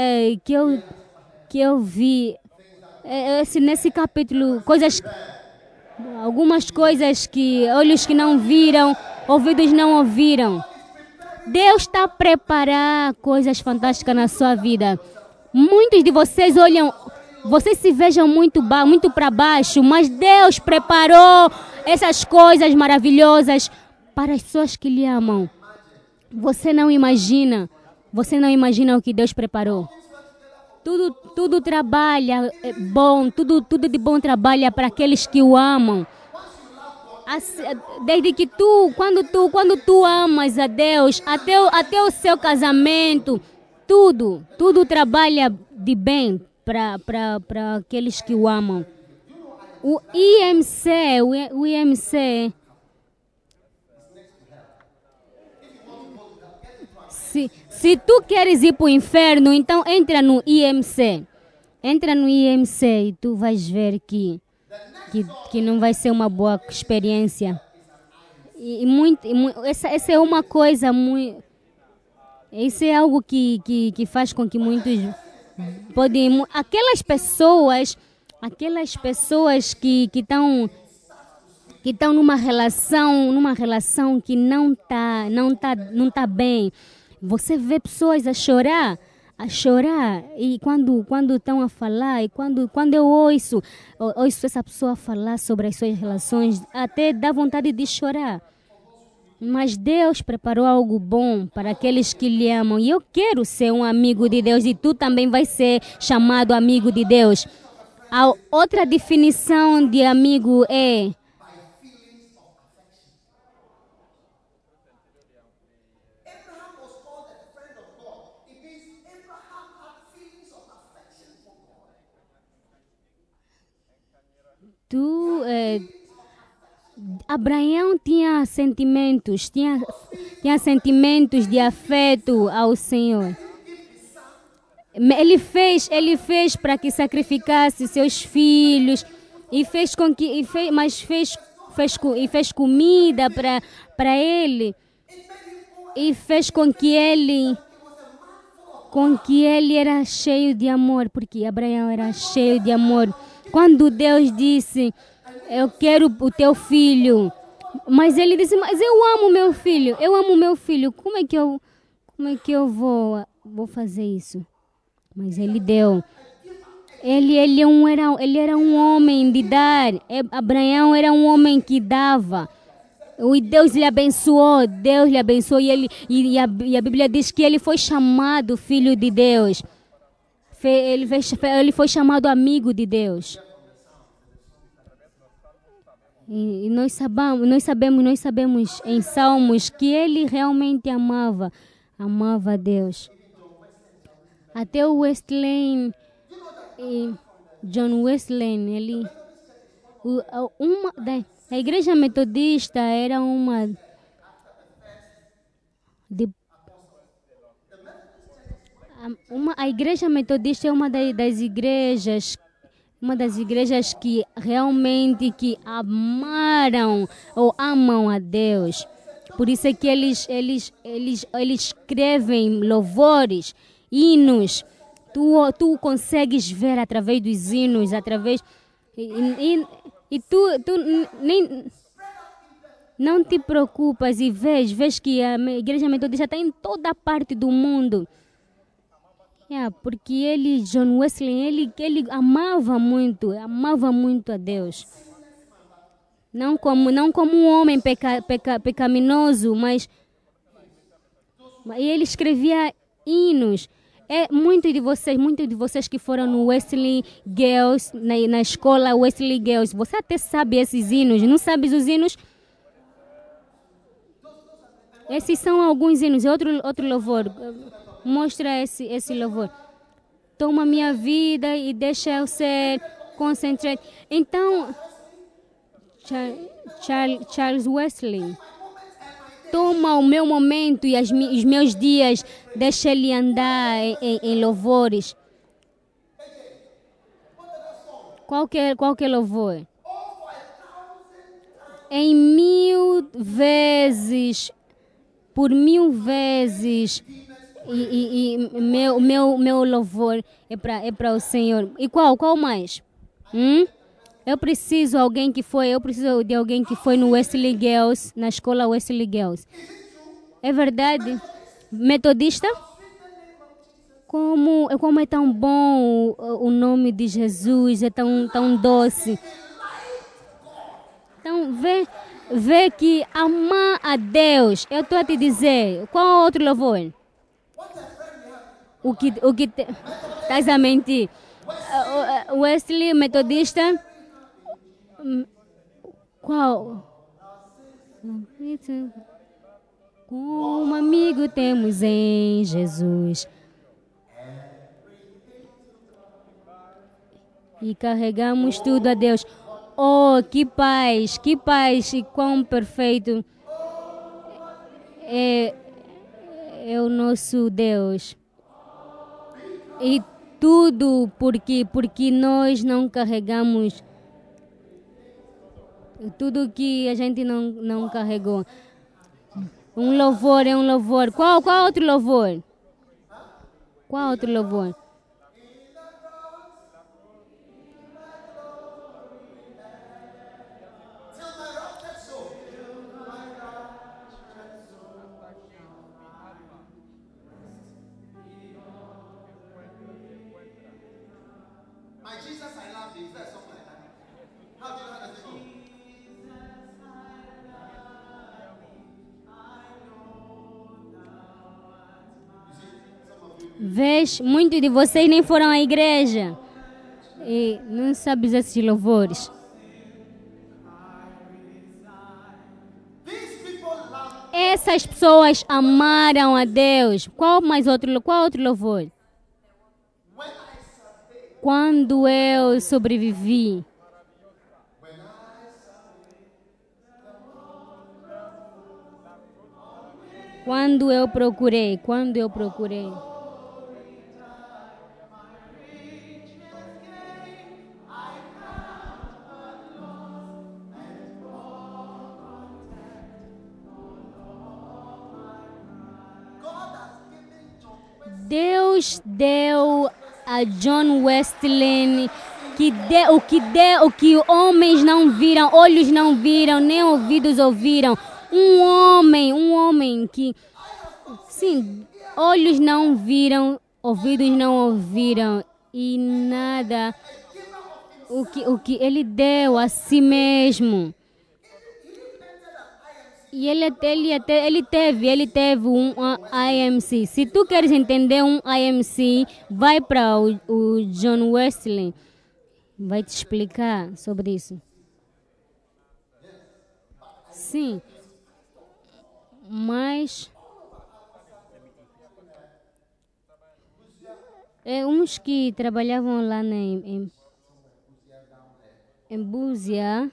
Speaker 1: eu vi nesse capítulo, algumas coisas que olhos que não viram, ouvidos não ouviram. Deus está a preparar coisas fantásticas na sua vida. Muitos de vocês vocês se vejam muito para baixo, mas Deus preparou essas coisas maravilhosas para as pessoas que lhe amam. Você não imagina o que Deus preparou. Tudo trabalha bom, tudo de bom trabalha para aqueles que o amam. Desde que quando tu amas a Deus, até o seu casamento, tudo trabalha de bem para aqueles que o amam. O IMC, se tu queres ir para o inferno, então entra no IMC. Entra no IMC e tu vais ver que não vai ser uma boa experiência. Essa é uma coisa muito... Isso é algo que faz com que muitos podem... Aquelas pessoas que estão numa relação que não tá bem. Você vê pessoas a chorar, e quando estão a falar, e quando eu ouço essa pessoa falar sobre as suas relações, até dá vontade de chorar. Mas Deus preparou algo bom para aqueles que lhe amam. E eu quero ser um amigo de Deus, e tu também vais ser chamado amigo de Deus. A outra definição de amigo é... Abraão tinha sentimentos de afeto ao Senhor. Ele fez para que sacrificasse seus filhos e fez comida para ele, e fez com que ele era cheio de amor, porque Abraão era cheio de amor. Quando Deus disse: eu quero o teu filho, mas ele disse: mas eu amo meu filho, como é que eu vou fazer isso? Mas ele deu. Ele era um homem de dar. Abraão era um homem que dava. E Deus lhe abençoou, e a Bíblia diz que ele foi chamado filho de Deus. Ele foi chamado amigo de Deus. E nós sabemos em Salmos que ele realmente amava a Deus. Até o Wesley, John Wesley, a igreja metodista era a igreja metodista é uma das igrejas que realmente amaram ou amam a Deus. Por isso é que eles escrevem louvores, hinos. Tu consegues ver através dos hinos, e tu nem não te preocupas e vês que a igreja metodista está em toda parte do mundo. Porque John Wesley, ele amava muito a Deus. Não como um homem pecaminoso, mas ele escrevia hinos. Muitos de vocês que foram no Wesley Girls, na escola Wesley Girls, você até sabe esses hinos. Não sabes os hinos? Esses são alguns hinos. Outro louvor. Mostra esse louvor. Toma minha vida e deixa eu ser concentrado. Então, Charles Wesley. Toma o meu momento e os meus dias, deixa ele andar em louvores. Qual que é louvor? Em 1000 vezes, por 1000 vezes, e meu louvor é para o Senhor. E qual mais? Eu preciso de alguém que foi no Wesley Girls, na escola Wesley Girls. É verdade? Metodista? Como é tão bom o nome de Jesus, é tão doce. Então, vê que amar a Deus, eu estou a te dizer, qual outro louvor? O que estás a mentir? Wesley, metodista, qual? Como amigo temos em Jesus. E carregamos tudo a Deus. Oh, que paz e quão perfeito é o nosso Deus. E tudo porque nós não carregamos tudo que a gente não carregou. Um louvor é um louvor. Qual outro louvor? Qual outro louvor? Vês, muitos de vocês nem foram à igreja e não sabem esses louvores. Essas pessoas amaram a Deus. Qual outro louvor? Quando eu sobrevivi. Quando eu procurei. Deus deu a John Wesley o que homens não viram, olhos não viram, nem ouvidos ouviram. Um homem que, sim, olhos não viram, ouvidos não ouviram e nada. O que ele deu a si mesmo. E ele teve um IMC. Se tu queres entender um IMC, vai para o John Wesley. Vai te explicar sobre isso. Sim. Mas uns que trabalhavam lá em Búzia.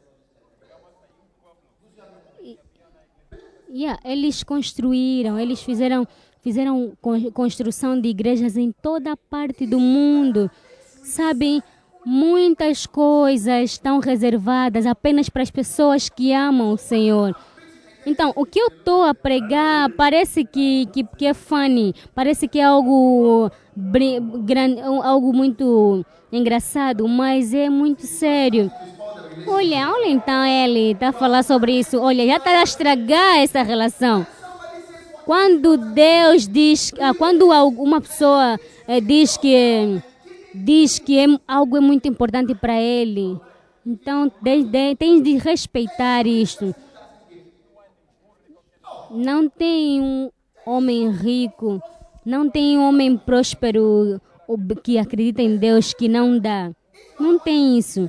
Speaker 1: Eles construíram, eles fizeram construção de igrejas em toda parte do mundo. Sabem, muitas coisas estão reservadas apenas para as pessoas que amam o Senhor. Então, o que eu estou a pregar parece que é funny, parece que é algo muito engraçado, mas é muito sério. Olha então ele está a falar sobre isso. Olha, já está a estragar essa relação. Quando Deus diz, quando uma pessoa diz que algo é muito importante para ele, então tens de respeitar isto. Não tem um homem rico Não tem homem próspero que acredita em Deus que não dá. Não tem isso.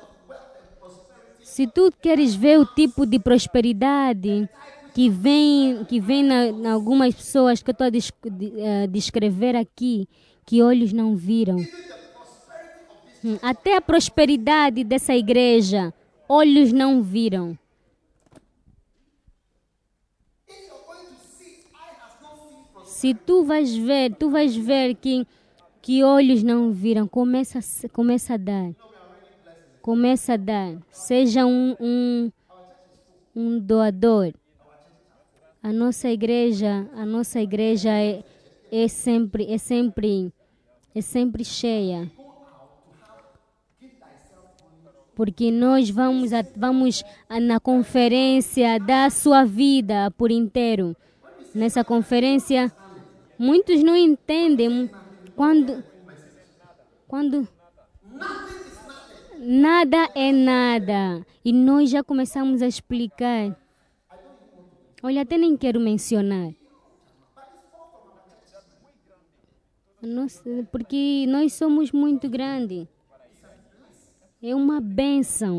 Speaker 1: Se tu queres ver o tipo de prosperidade que vem em algumas pessoas que eu estou a descrever aqui, que olhos não viram. Até a prosperidade dessa igreja, olhos não viram. Se tu vais ver que olhos não viram, começa a dar. Começa a dar. Seja um doador. A nossa igreja é sempre cheia. Porque nós vamos na conferência da sua vida por inteiro. Nessa conferência, muitos não entendem quando nada é nada. E nós já começamos a explicar. Olha, até nem quero mencionar. Porque nós somos muito grandes. É uma bênção.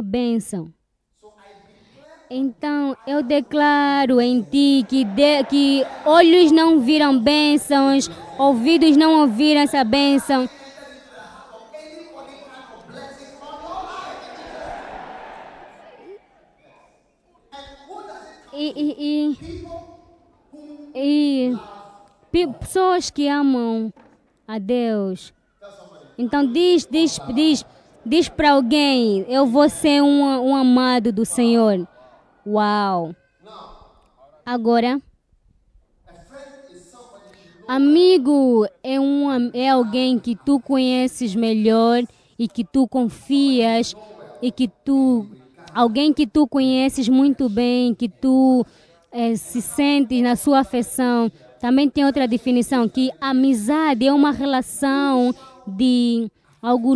Speaker 1: Então, eu declaro em ti que olhos não viram bênçãos, ouvidos não ouviram essa bênção. E pessoas que amam a Deus. Então diz para alguém, eu vou ser um amado do Senhor. Uau! Agora, amigo é alguém que tu conheces melhor e que tu confias e alguém que tu conheces muito bem, que tu se sentes na sua afeição. Também tem outra definição, que amizade é uma relação de algo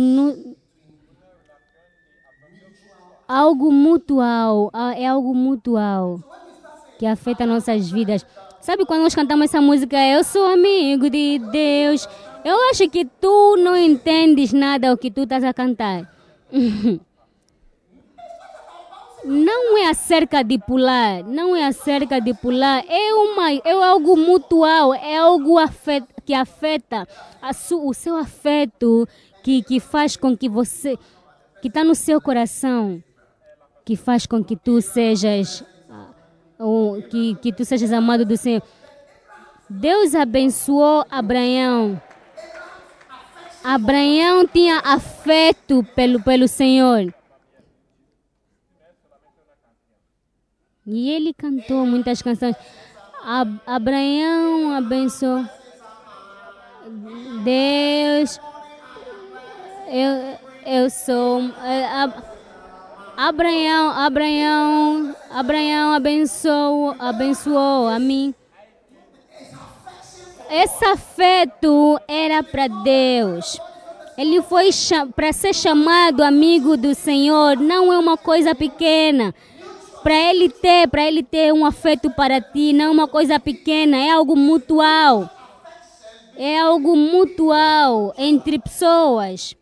Speaker 1: mutual, é algo mutual que afeta nossas vidas. Sabe quando nós cantamos essa música, eu sou amigo de Deus? Eu acho que tu não entendes nada o que tu estás a cantar. Não é acerca de pular, é algo mutual, é algo que afeta o seu afeto, que faz com que você, que está no seu coração, que faz com que tu sejas, que tu sejas amado do Senhor. Deus abençoou Abraão. Abraão tinha afeto pelo Senhor. E ele cantou muitas canções. Abraão abençoou. Deus, eu sou. Abraão abençoou a mim. Esse afeto era para Deus. Ele foi para ser chamado amigo do Senhor. Não é uma coisa pequena. Para ele ter um afeto para ti, não é uma coisa pequena, é algo mutual. É algo mutual entre pessoas.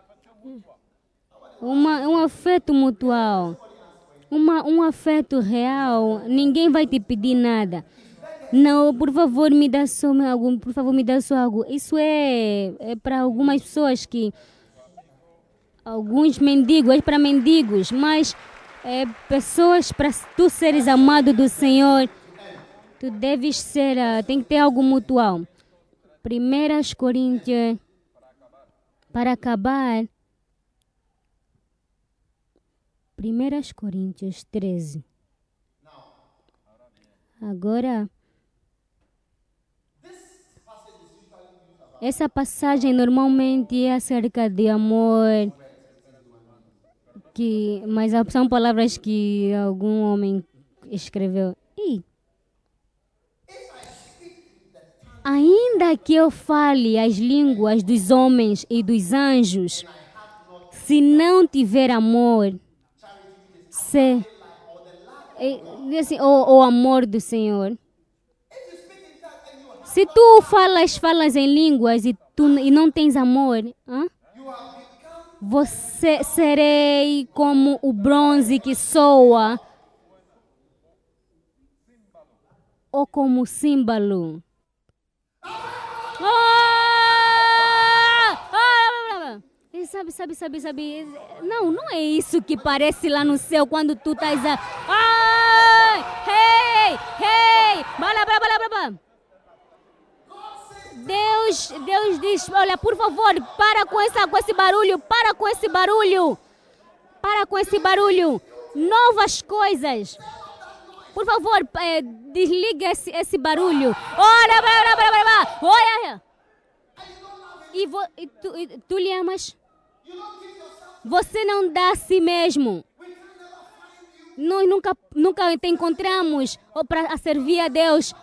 Speaker 1: Um afeto mutual. Um afeto real. Ninguém vai te pedir nada. Não, por favor, me dá só algo. Por favor, me dá só algo. Isso é para algumas pessoas alguns mendigos, é para mendigos, mas pessoas, para tu seres amado do Senhor, tu deves ser, tem que ter algo mutual. 1 Coríntios, para acabar, 1 Coríntios 13. Agora, essa passagem normalmente é acerca de amor, mas são palavras que algum homem escreveu. Ainda que eu fale as línguas dos homens e dos anjos, se não tiver amor, o amor do Senhor, Se tu falas em línguas e não tens amor, você serei como o bronze que soa ou como o símbolo. Sabe. Não é isso que parece lá no céu quando tu estás a... Ai! Hey! Bala. Deus diz, olha, por favor, para com esse barulho. Novas coisas. Por favor, desliga esse barulho. Olha. E tu lhe amas? Você não dá a si mesmo. Nós nunca te encontramos para servir a Deus.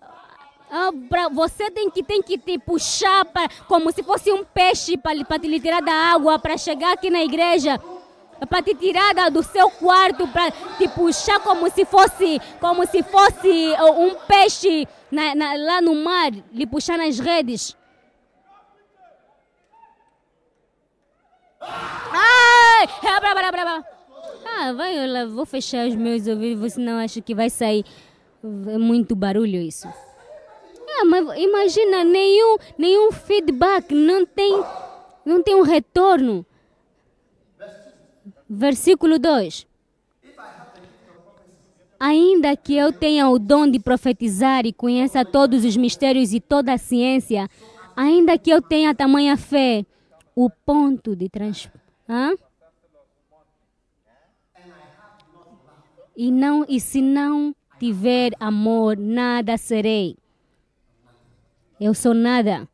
Speaker 1: Você tem que te puxar como se fosse um peixe para te tirar da água, para chegar aqui na igreja, para te tirar do seu quarto, para te puxar como se fosse um peixe lá no mar, lhe puxar nas redes. Ai! Eu vou fechar os meus ouvidos, senão acho que vai sair muito barulho isso. Mas imagina, nenhum feedback, não tem um retorno. Versículo 2. Ainda que eu tenha o dom de profetizar e conheça todos os mistérios e toda a ciência, ainda que eu tenha tamanha fé, o ponto de E se não tiver amor, nada serei. Eu sou nada.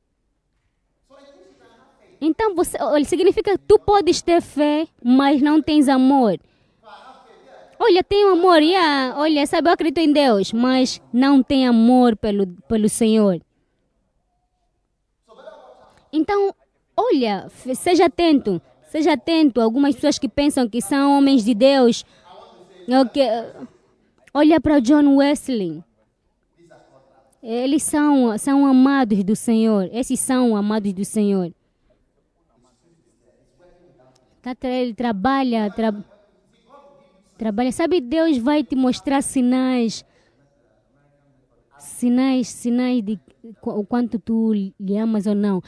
Speaker 1: Então, significa que tu podes ter fé, mas não tens amor. Olha, tenho amor, olha, sabe, eu acredito em Deus, mas não tem amor pelo Senhor. Então, olha, seja atento. Algumas pessoas que pensam que são homens de Deus. Olha para John Wesley. Eles são amados do Senhor. Esses são amados do Senhor. Ele trabalha. Sabe, Deus vai te mostrar sinais de o quanto tu lhe amas ou não.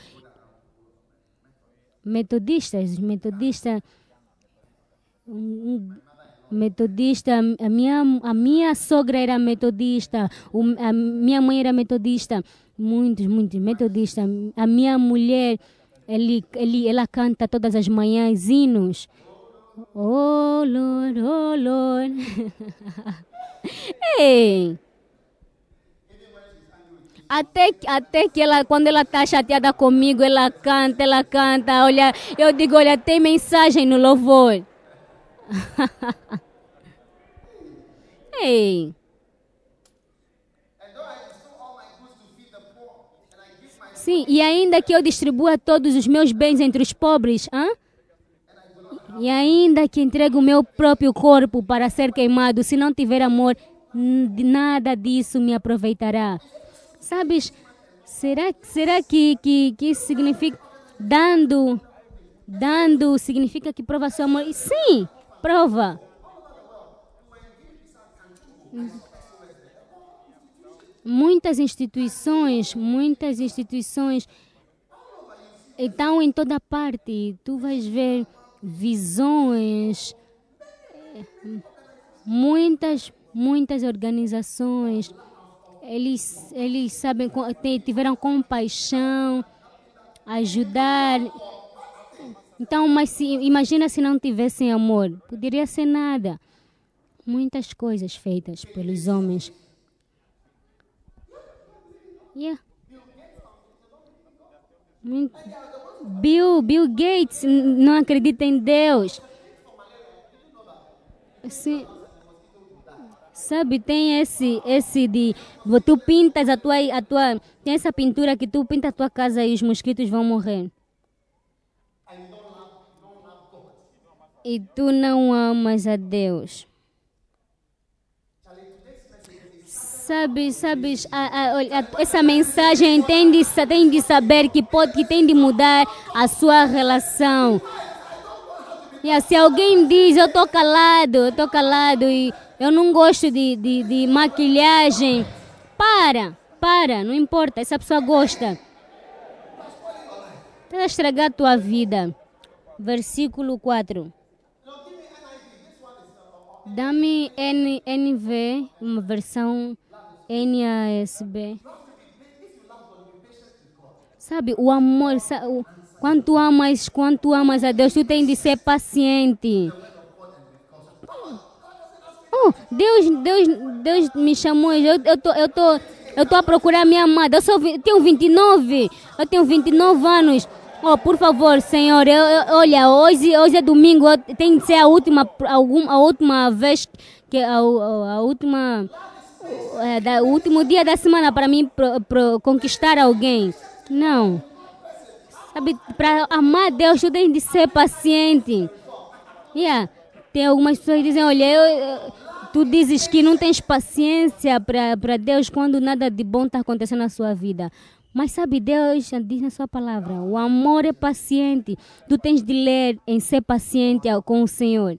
Speaker 1: Metodista, a minha sogra era metodista, a minha mãe era metodista, muitos metodistas. A minha mulher, ela canta todas as manhãs hinos. Oh Lord, oh Lord. Ei! Até que quando ela está chateada comigo, ela canta. Olha, eu digo, olha, tem mensagem no louvor. Ei! Sim, e ainda que eu distribua todos os meus bens entre os pobres, e ainda que entregue o meu próprio corpo para ser queimado, se não tiver amor, nada disso me aproveitará. Sabes, será que isso significa dando significa que prova seu amor? Sim, prova. Muitas instituições estão em toda parte. Tu vais ver visões, muitas organizações. Eles sabem, tiveram compaixão, ajudar. Então, mas imagina se não tivessem amor, poderia ser nada. Muitas coisas feitas pelos homens. Bill Gates não acredita em Deus. Sim. Sabe, tem esse de tu pintas a tua tem essa pintura que tu pinta a tua casa e os mosquitos vão morrer. E tu não amas a Deus. Sabes, olha, essa mensagem tem de saber que tem de mudar a sua relação. E se alguém diz, eu estou calado e eu não gosto de maquilhagem, para, não importa, essa pessoa gosta. Está a estragar a tua vida. Versículo 4. Dá-me NV, uma versão NASB. Sabe, o amor, quando tu amas a Deus, tu tens de ser paciente. Oh, Deus me chamou, eu tô a procurar minha amada. Eu tenho 29 anos. Oh, por favor, Senhor, olha, hoje é domingo, tem de ser a última vez, o último dia da semana para mim conquistar alguém. Não. Sabe, para amar a Deus, tu tens de ser paciente. Tem algumas pessoas que dizem, olha, tu dizes que não tens paciência para Deus quando nada de bom está acontecendo na sua vida. Mas sabe, Deus diz na sua palavra, o amor é paciente. Tu tens de ler em ser paciente com o Senhor.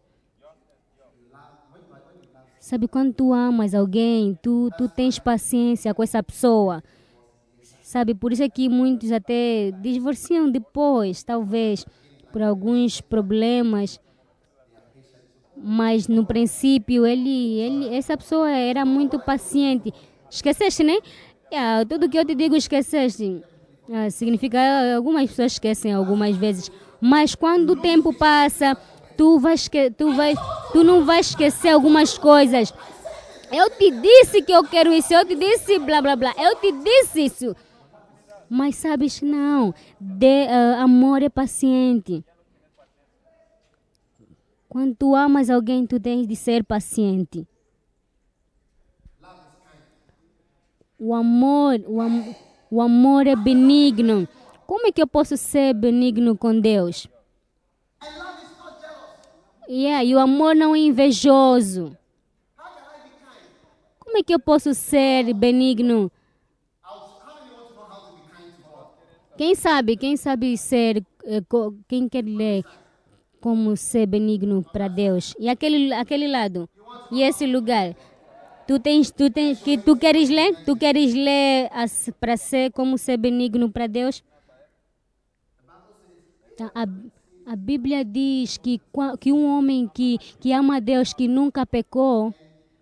Speaker 1: Sabe, quando tu amas alguém, tu tens paciência com essa pessoa. Sabe, por isso é que muitos até divorciam depois, talvez, por alguns problemas. Mas no princípio, essa pessoa era muito paciente. Esqueceste, né? Tudo que eu te digo, esqueceste. Significa, algumas pessoas esquecem algumas vezes. Mas quando o tempo passa, tu não vais esquecer algumas coisas. Eu te disse que eu quero isso, eu te disse blá blá blá, eu te disse isso. Mas sabes, não. Amor é paciente. Quando tu amas alguém, tu tens de ser paciente. O amor é benigno. Como é que eu posso ser benigno com Deus? E o amor não é invejoso. Como é que eu posso ser benigno? Quem sabe ser, quem quer ler como ser benigno para Deus? E aquele lado, e esse lugar. Tu queres ler? Tu queres ler para ser como ser benigno para Deus? A Bíblia diz que um homem que ama a Deus, que nunca pecou,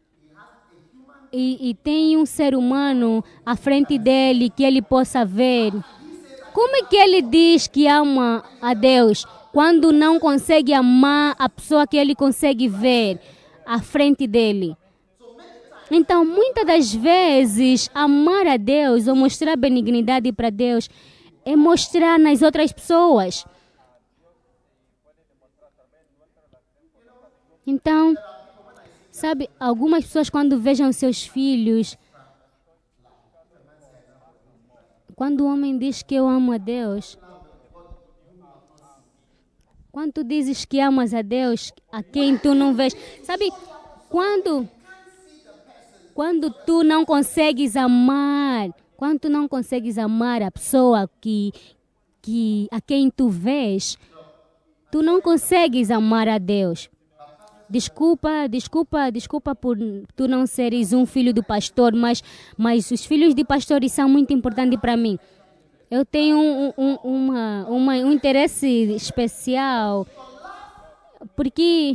Speaker 1: e tem um ser humano à frente dele que ele possa ver. Como é que ele diz que ama a Deus quando não consegue amar a pessoa que ele consegue ver à frente dele? Então, muitas das vezes, amar a Deus ou mostrar benignidade para Deus é mostrar nas outras pessoas. Então, sabe, algumas pessoas quando vejam seus filhos, quando o homem diz que eu amo a Deus, quando tu dizes que amas a Deus, a quem tu não vês, sabe, quando tu não consegues amar a pessoa a quem tu vês, tu não consegues amar a Deus. Desculpa por tu não seres um filho do pastor, mas os filhos de pastores são muito importantes para mim. Eu tenho um interesse especial porque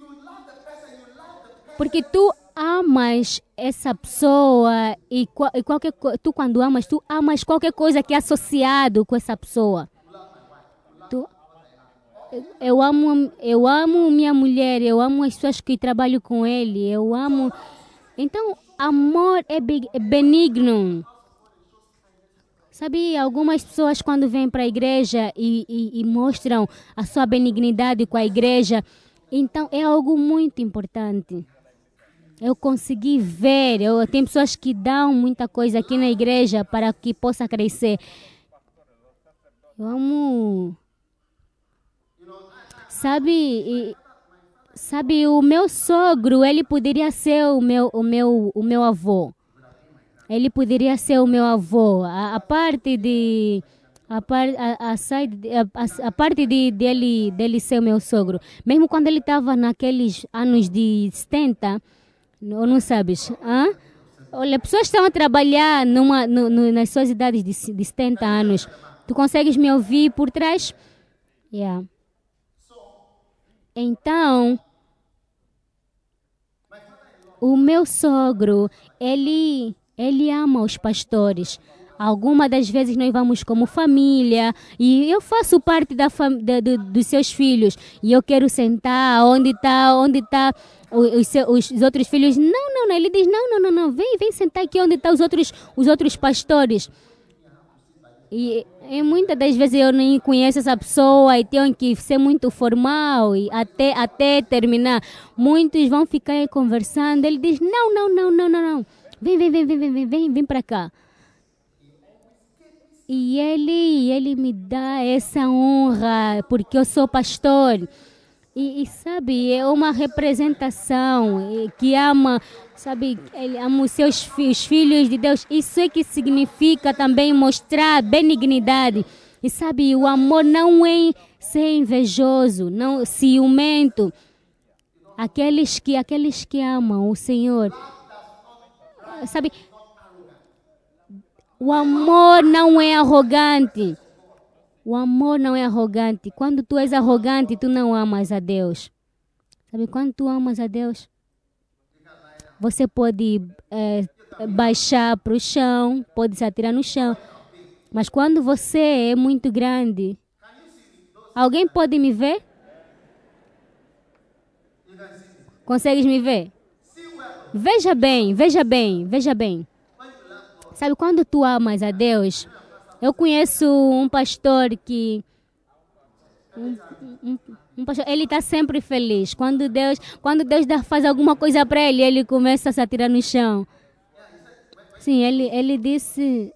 Speaker 1: tu amas essa pessoa e tu quando amas, tu amas qualquer coisa que é associado com essa pessoa. Eu amo minha mulher, eu amo as pessoas que trabalham com ele, eu amo. Então, amor é benigno. Sabe, algumas pessoas quando vêm para a igreja e mostram a sua benignidade com a igreja, então é algo muito importante. Eu consegui ver, tem pessoas que dão muita coisa aqui na igreja para que possa crescer. Eu amo. Sabe, o meu sogro, ele poderia ser o meu avô. Ele poderia ser o meu avô. A parte de a parte dele ser o meu sogro. Mesmo quando ele estava naqueles anos de 70, não sabes? Hã? Olha, pessoas estão a trabalhar nas suas idades de 70 anos. Tu consegues me ouvir por trás? Yeah. Então, o meu sogro, ele ama os pastores. Algumas das vezes nós vamos como família e eu faço parte dos seus filhos. E eu quero sentar onde está os outros filhos. Não. Ele diz, não. Vem sentar aqui onde estão os outros pastores. E muitas das vezes eu nem conheço essa pessoa e tenho que ser muito formal e até terminar. Muitos vão ficar conversando. Ele diz, não. Vem para cá. E ele me dá essa honra porque eu sou pastor. E sabe, é uma representação que ama, sabe, ele ama os filhos de Deus. Isso é que significa também mostrar benignidade. E sabe, o amor não é ser invejoso, não ciumento. Aqueles que amam o Senhor, sabe, o amor não é arrogante. O amor não é arrogante. Quando tu és arrogante, tu não amas a Deus. Sabe, quando tu amas a Deus, você pode baixar para o chão, pode se atirar no chão. Mas quando você é muito grande, alguém pode me ver? Consegues me ver? Veja bem. Sabe, quando tu amas a Deus, eu conheço um pastor que... Um pastor, ele está sempre feliz. Quando Deus faz alguma coisa para ele, ele começa a se atirar no chão. Sim, ele disse...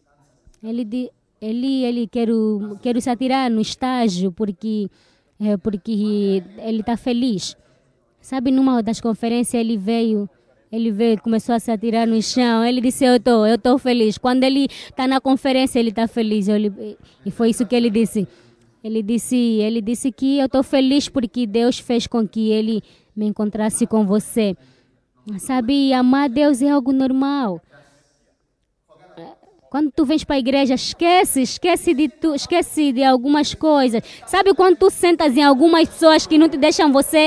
Speaker 1: Ele quer se atirar no estágio porque ele está feliz. Sabe, numa das conferências ele veio e começou a se atirar no chão. Ele disse, eu tô feliz. Quando ele está na conferência, ele está feliz. E foi isso que ele disse. Ele disse que eu estou feliz porque Deus fez com que ele me encontrasse com você. Sabe, amar Deus é algo normal. Quando tu vens para a igreja, esquece de algumas coisas. Sabe quando tu sentas em algumas pessoas que não te deixam você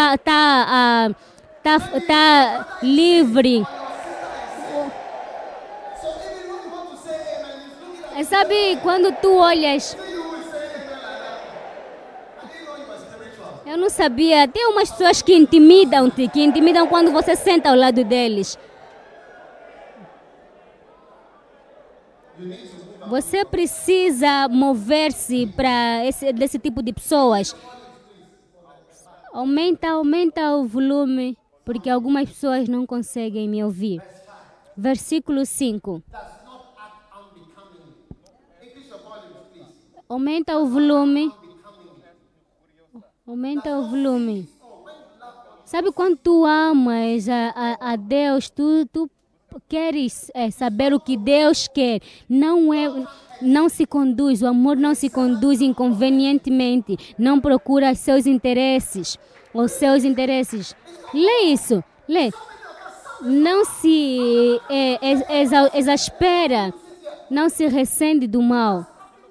Speaker 1: tá livre. Sabe, quando tu olhas... Eu não sabia. Tem umas pessoas que intimidam-te, quando você senta ao lado deles. Você precisa mover-se para desse tipo de pessoas. Aumenta o volume, porque algumas pessoas não conseguem me ouvir. Versículo 5. Aumenta o volume. Sabe, quando tu amas a Deus, tu queres saber o que Deus quer. Não se conduz, o amor não se conduz inconvenientemente. Não procura os seus interesses. Lê isso, lê. Não se exaspera, não se ressente do mal.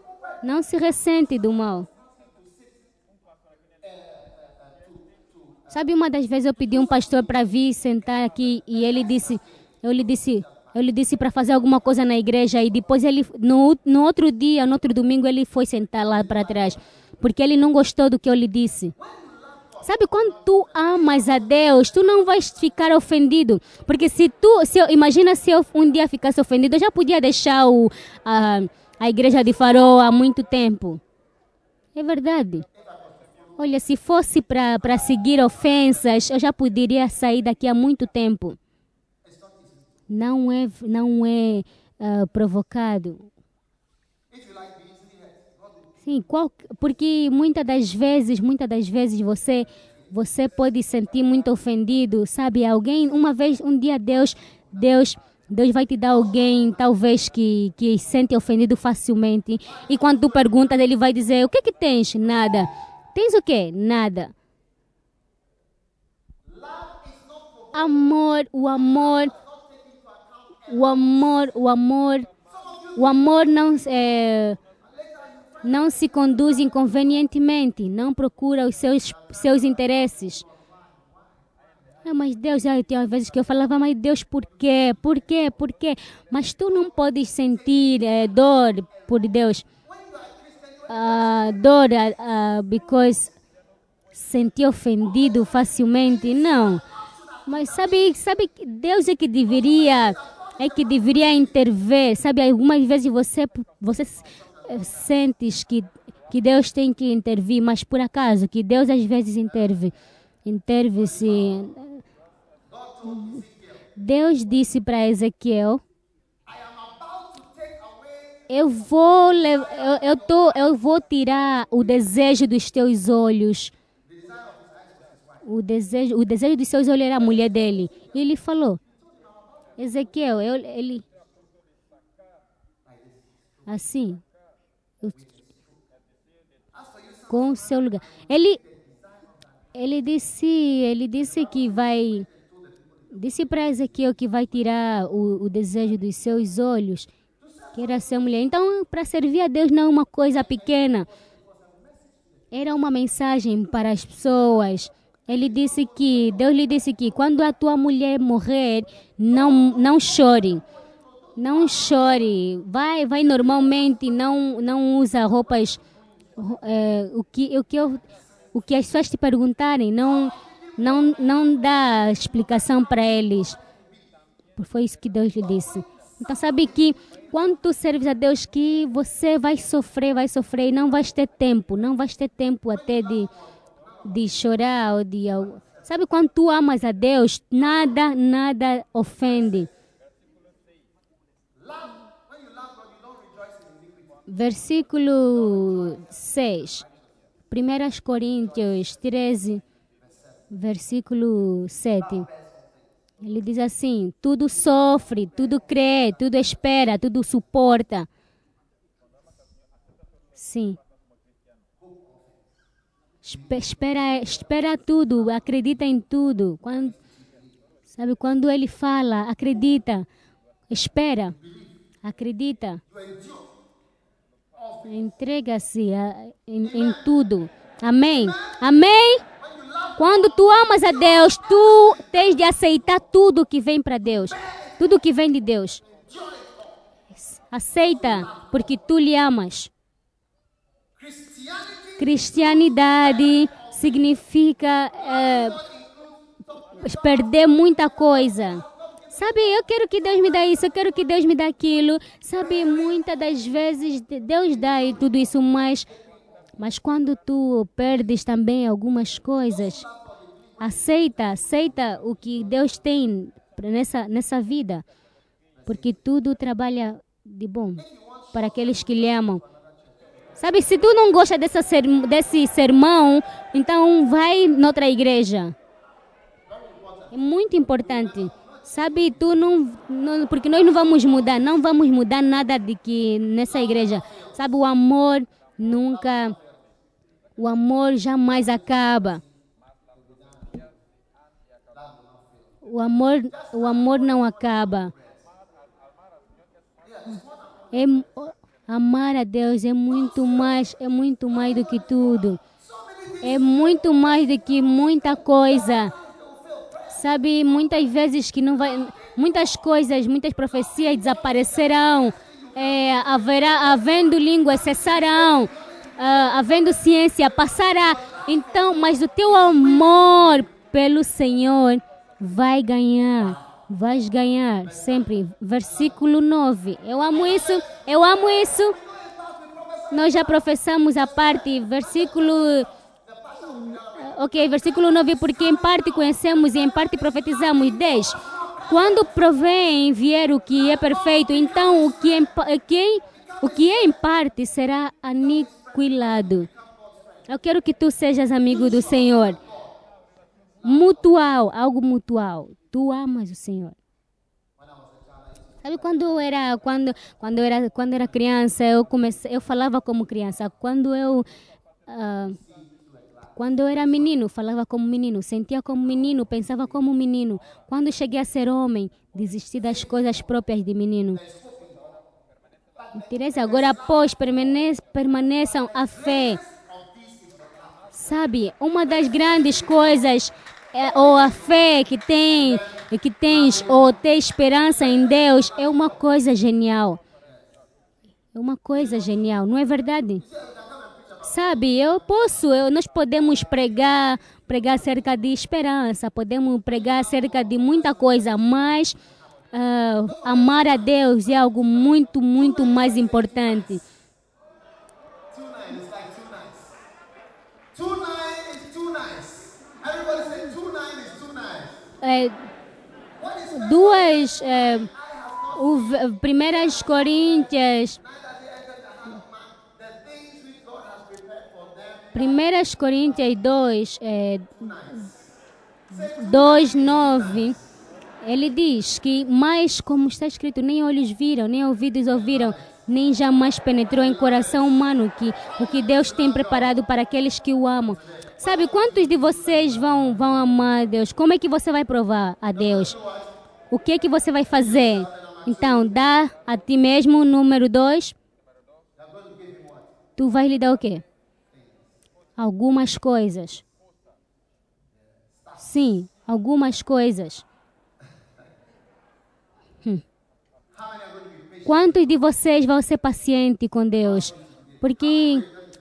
Speaker 1: Sabe, uma das vezes eu pedi um pastor para vir sentar aqui e eu lhe disse para fazer alguma coisa na igreja e depois no outro domingo, ele foi sentar lá para trás, porque ele não gostou do que eu lhe disse. Sabe, quando tu amas a Deus, tu não vais ficar ofendido, porque imagina se eu um dia ficasse ofendido, eu já podia deixar a igreja de Farol há muito tempo. É verdade. Olha, se fosse para seguir ofensas, eu já poderia sair daqui há muito tempo. Não é provocado. Sim, porque muitas das vezes você pode sentir muito ofendido, sabe? Um dia Deus Deus vai te dar alguém, talvez, que sente ofendido facilmente. E quando tu perguntas, ele vai dizer, o que que tens? Nada. Tens o quê? Nada. Amor, o amor não se conduz inconvenientemente, não procura os seus interesses. Mas Deus, tem às vezes que eu falava, mas Deus, por quê? Por quê? Por quê? Mas tu não podes sentir dor por Deus. Dor, because sentir ofendido facilmente, não. Mas sabe que Deus é que deveria intervir. Sabe, algumas vezes você sentes que Deus tem que intervir, mas por acaso que Deus às vezes interve-se. Deus disse para Ezequiel, eu vou tirar o desejo dos teus olhos. O desejo dos seus olhos era a mulher dele. E ele falou, Ezequiel, ele assim, com o seu lugar. Ele disse que vai, disse para Ezequiel que vai tirar o desejo dos seus olhos, que era ser mulher. Então, para servir a Deus não é uma coisa pequena. Era uma mensagem para as pessoas. Deus lhe disse que quando a tua mulher morrer, não chore. Não chore. Vai normalmente, não usa roupas. O que as pessoas te perguntarem, não dá explicação para eles. Foi isso que Deus lhe disse. Então sabe que quando tu serves a Deus, que você vai sofrer e não vais ter tempo até de chorar ou de algo. Sabe, quando tu amas a Deus, nada ofende. Versículo 6. 1 Coríntios 13, versículo 7. Ele diz assim, tudo sofre, tudo crê, tudo espera, tudo suporta. Sim. Espera tudo, acredita em tudo. Quando ele fala, acredita, espera, acredita, entrega-se em tudo. Amém? Amém? Quando tu amas a Deus, tu tens de aceitar tudo que vem para Deus, tudo que vem de Deus. Aceita, porque tu lhe amas. Cristianidade significa perder muita coisa. Sabe, eu quero que Deus me dê isso, eu quero que Deus me dê aquilo. Sabe, muitas das vezes Deus dá e tudo isso, mas quando tu perdes também algumas coisas, aceita o que Deus tem nessa vida, porque tudo trabalha de bom para aqueles que lhe amam. Sabe, se tu não gosta desse sermão, então vai noutra igreja. É muito importante. Sabe, tu porque nós não vamos mudar nada de que nessa igreja. Sabe, o amor jamais acaba. O amor não acaba. Amar a Deus é muito mais do que tudo. É muito mais do que muita coisa. Sabe, muitas vezes que não vai, muitas profecias desaparecerão. Havendo línguas cessarão. Havendo ciência passará. Então, mas o teu amor pelo Senhor vais ganhar sempre. Versículo 9. Eu amo isso. Nós já professamos a parte, versículo 9, porque em parte conhecemos e em parte profetizamos. 10. Quando provém vier o que é perfeito, então o que é em parte será aniquilado. Eu quero que tu sejas amigo do Senhor. Algo mutual. Tu amas o Senhor. Sabe quando era criança, eu falava como criança. Quando eu era menino, falava como menino, sentia como menino, pensava como menino. Quando cheguei a ser homem, desisti das coisas próprias de menino. Interesse agora, pois, permaneçam a fé. Sabe, uma das grandes coisas é ou a fé que tens, ou ter esperança em Deus, é uma coisa genial. É uma coisa genial, não é verdade? Sabe, nós podemos pregar acerca de esperança, podemos pregar acerca de muita coisa, mas amar a Deus é algo muito, muito mais importante. Primeiras Coríntias 2:9, ele diz que, mais como está escrito, nem olhos viram, nem ouvidos ouviram, nem jamais penetrou em coração humano o que Deus tem preparado para aqueles que o amam. Sabe, quantos de vocês vão amar a Deus? Como é que você vai provar a Deus? O que é que você vai fazer? Então, dá a ti mesmo, número 2. Tu vai lhe dar o quê? Algumas coisas. Sim, algumas coisas. Quantos de vocês vão ser pacientes com Deus? Porque,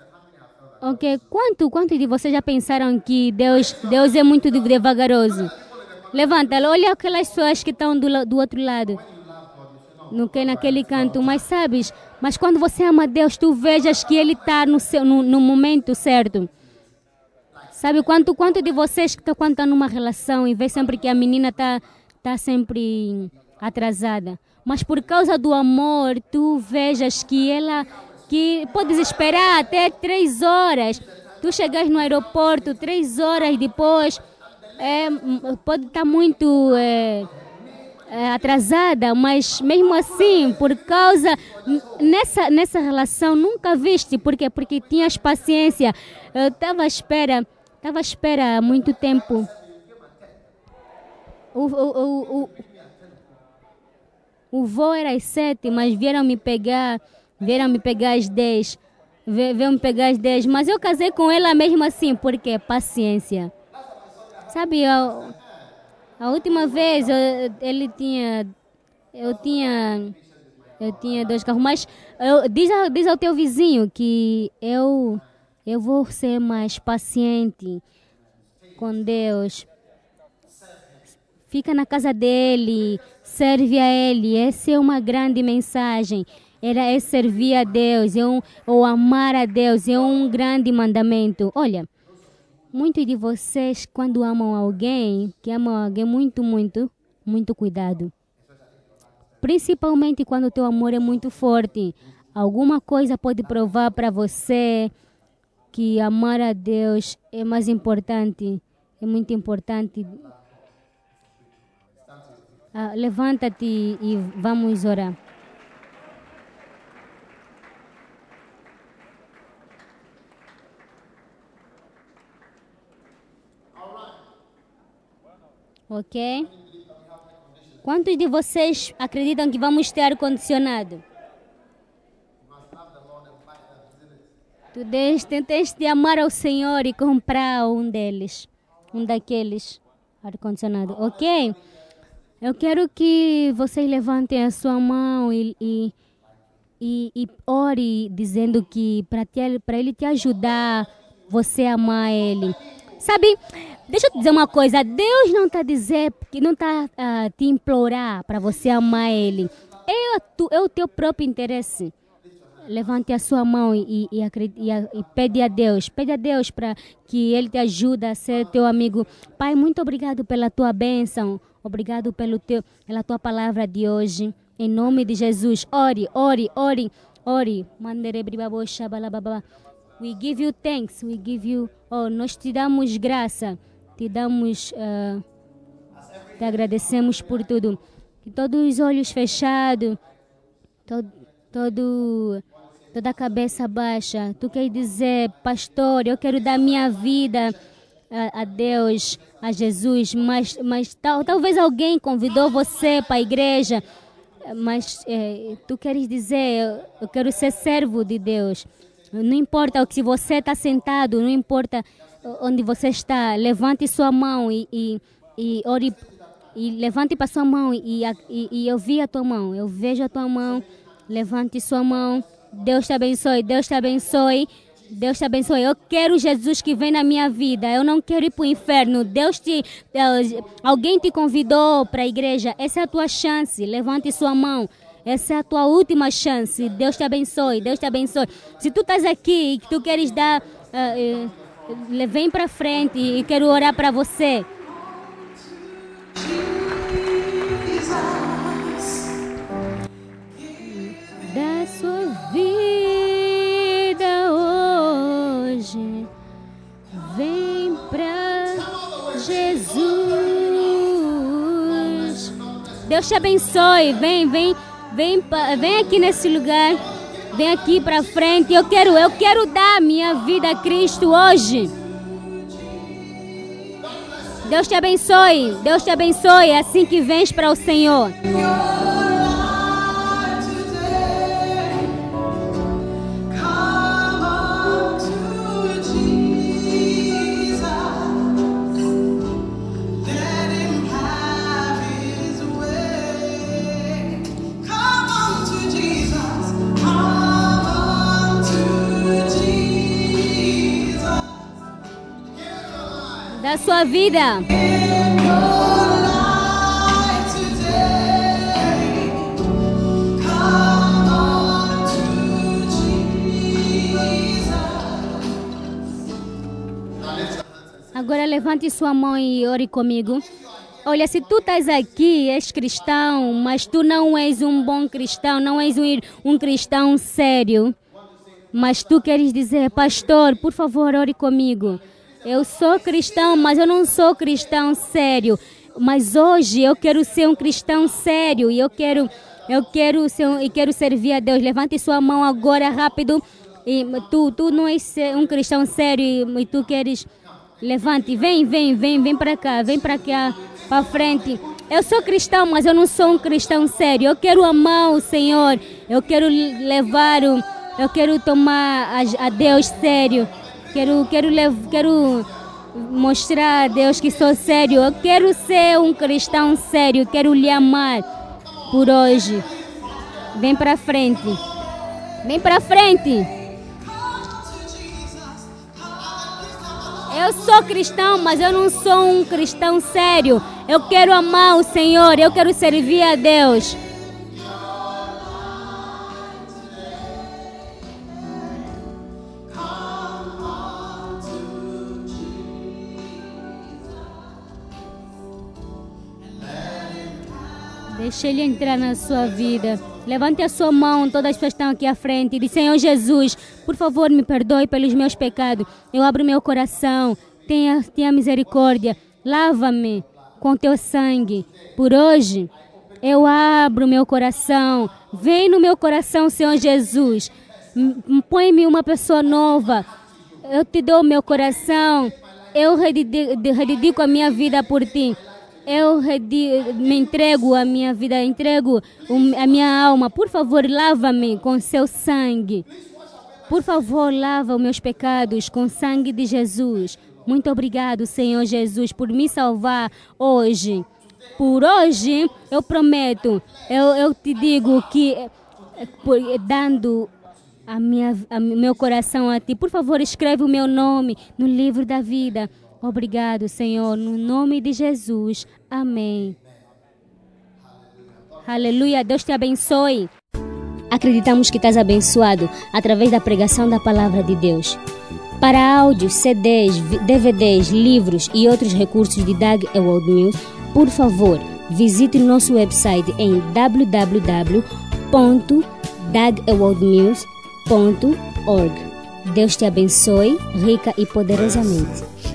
Speaker 1: quantos de vocês já pensaram que Deus é muito devagaroso? Levanta, olha aquelas pessoas que estão do outro lado, naquele canto. Mas sabes, quando você ama Deus, tu vejas que Ele está no momento certo. Sabe, quanto de vocês que estão numa relação e vê sempre que a menina tá sempre atrasada, mas por causa do amor, tu vejas que podes esperar até 3 horas. Tu chegas no aeroporto 3 horas depois, pode estar muito atrasada, mas mesmo assim, por causa nessa relação nunca viste, por quê? Porque tinhas paciência. Eu estava à espera há muito tempo. O voo era às 7, mas vieram me pegar às 10. Vieram me pegar às 10, mas eu casei com ela mesmo assim, porque paciência. Sabe, a última vez eu tinha 2 carros, mas diz ao teu vizinho que eu vou ser mais paciente com Deus. Fica na casa dele, serve a Ele. Essa é uma grande mensagem. É servir a Deus, ou amar a Deus, é um grande mandamento. Olha, muitos de vocês, quando amam alguém, muito, muito, muito cuidado. Principalmente quando o teu amor é muito forte. Alguma coisa pode provar para você que amar a Deus é mais importante, é muito importante. Levanta-te e vamos orar. Ok? Quantos de vocês acreditam que vamos ter ar-condicionado? Tu tens de amar ao Senhor e comprar um daqueles ar-condicionado, ok? Eu quero que vocês levantem a sua mão e ore dizendo que para Ele te ajudar, você amar Ele. Sabe, deixa eu te dizer uma coisa, Deus não está dizendo que não está te implorar para você amar Ele. É o teu próprio interesse. Levante a sua mão e pede a Deus para que Ele te ajude a ser teu amigo. Pai, muito obrigado pela tua bênção. Obrigado pela tua palavra de hoje. Em nome de Jesus, ore. We give you thanks. Nós te damos graça. Te agradecemos por tudo. todos os olhos fechados, toda a cabeça baixa. Tu quer dizer, pastor, eu quero dar minha vida a Deus, a Jesus, mas talvez alguém convidou você para a igreja, mas tu queres dizer, eu quero ser servo de Deus. Não importa o que você está sentado, não importa onde você está, levante sua mão e ore, e levante para sua mão e eu vi a tua mão, eu vejo a tua mão, levante sua mão. Deus te abençoe, Deus te abençoe, Deus te abençoe. Eu quero Jesus que vem na minha vida, eu não quero ir para o inferno. Alguém te convidou para a igreja, essa é a tua chance, levante sua mão. Essa é a tua última chance. Deus te abençoe, Deus te abençoe. Se tu estás aqui e tu queres dar, vem para frente e quero orar para você. Da sua vida hoje, vem para Jesus. Deus te abençoe. Vem aqui nesse lugar. Vem aqui para frente. Eu quero dar minha vida a Cristo hoje. Deus te abençoe. Deus te abençoe assim que vens para o Senhor. Da sua vida. Agora levante sua mão e ore comigo. Olha, se tu estás aqui, és cristão, mas tu não és um bom cristão, não és um cristão sério, mas tu queres dizer, pastor, por favor, ore comigo. Eu sou cristão, mas eu não sou cristão sério. Mas hoje eu quero ser um cristão sério e eu quero servir a Deus. Levante sua mão agora rápido. E tu não és um cristão sério e tu queres. Levante, vem para cá, para frente. Eu sou cristão, mas eu não sou um cristão sério. Eu quero amar o Senhor. Eu quero tomar a Deus sério. Quero mostrar a Deus que sou sério. Eu quero ser um cristão sério. Quero lhe amar por hoje. Vem para frente. Vem para frente. Eu sou cristão, mas eu não sou um cristão sério. Eu quero amar o Senhor. Eu quero servir a Deus. Deixe Ele entrar na sua vida. Levante a sua mão, todas as pessoas estão aqui à frente. E diz, Senhor Jesus, por favor, me perdoe pelos meus pecados. Eu abro meu coração. Tenha misericórdia. Lava-me com teu sangue. Por hoje, eu abro meu coração. Vem no meu coração, Senhor Jesus. Põe-me uma pessoa nova. Eu te dou meu coração. Eu rededico a minha vida por ti. Eu me entrego a minha vida, entrego a minha alma. Por favor, lava-me com seu sangue. Por favor, lava os meus pecados com o sangue de Jesus. Muito obrigado, Senhor Jesus, por me salvar hoje. Por hoje, eu prometo, eu te digo que, dando meu coração a ti, por favor, escreve o meu nome no livro da vida. Obrigado, Senhor, no nome de Jesus. Amém. Aleluia. Deus te abençoe. Acreditamos que estás abençoado através da pregação da palavra de Deus. Para áudios, CDs, DVDs, livros e outros recursos de Doug Ewald Mills, por favor, visite o nosso website em www.dougewaldmills.org. Deus te abençoe rica e poderosamente.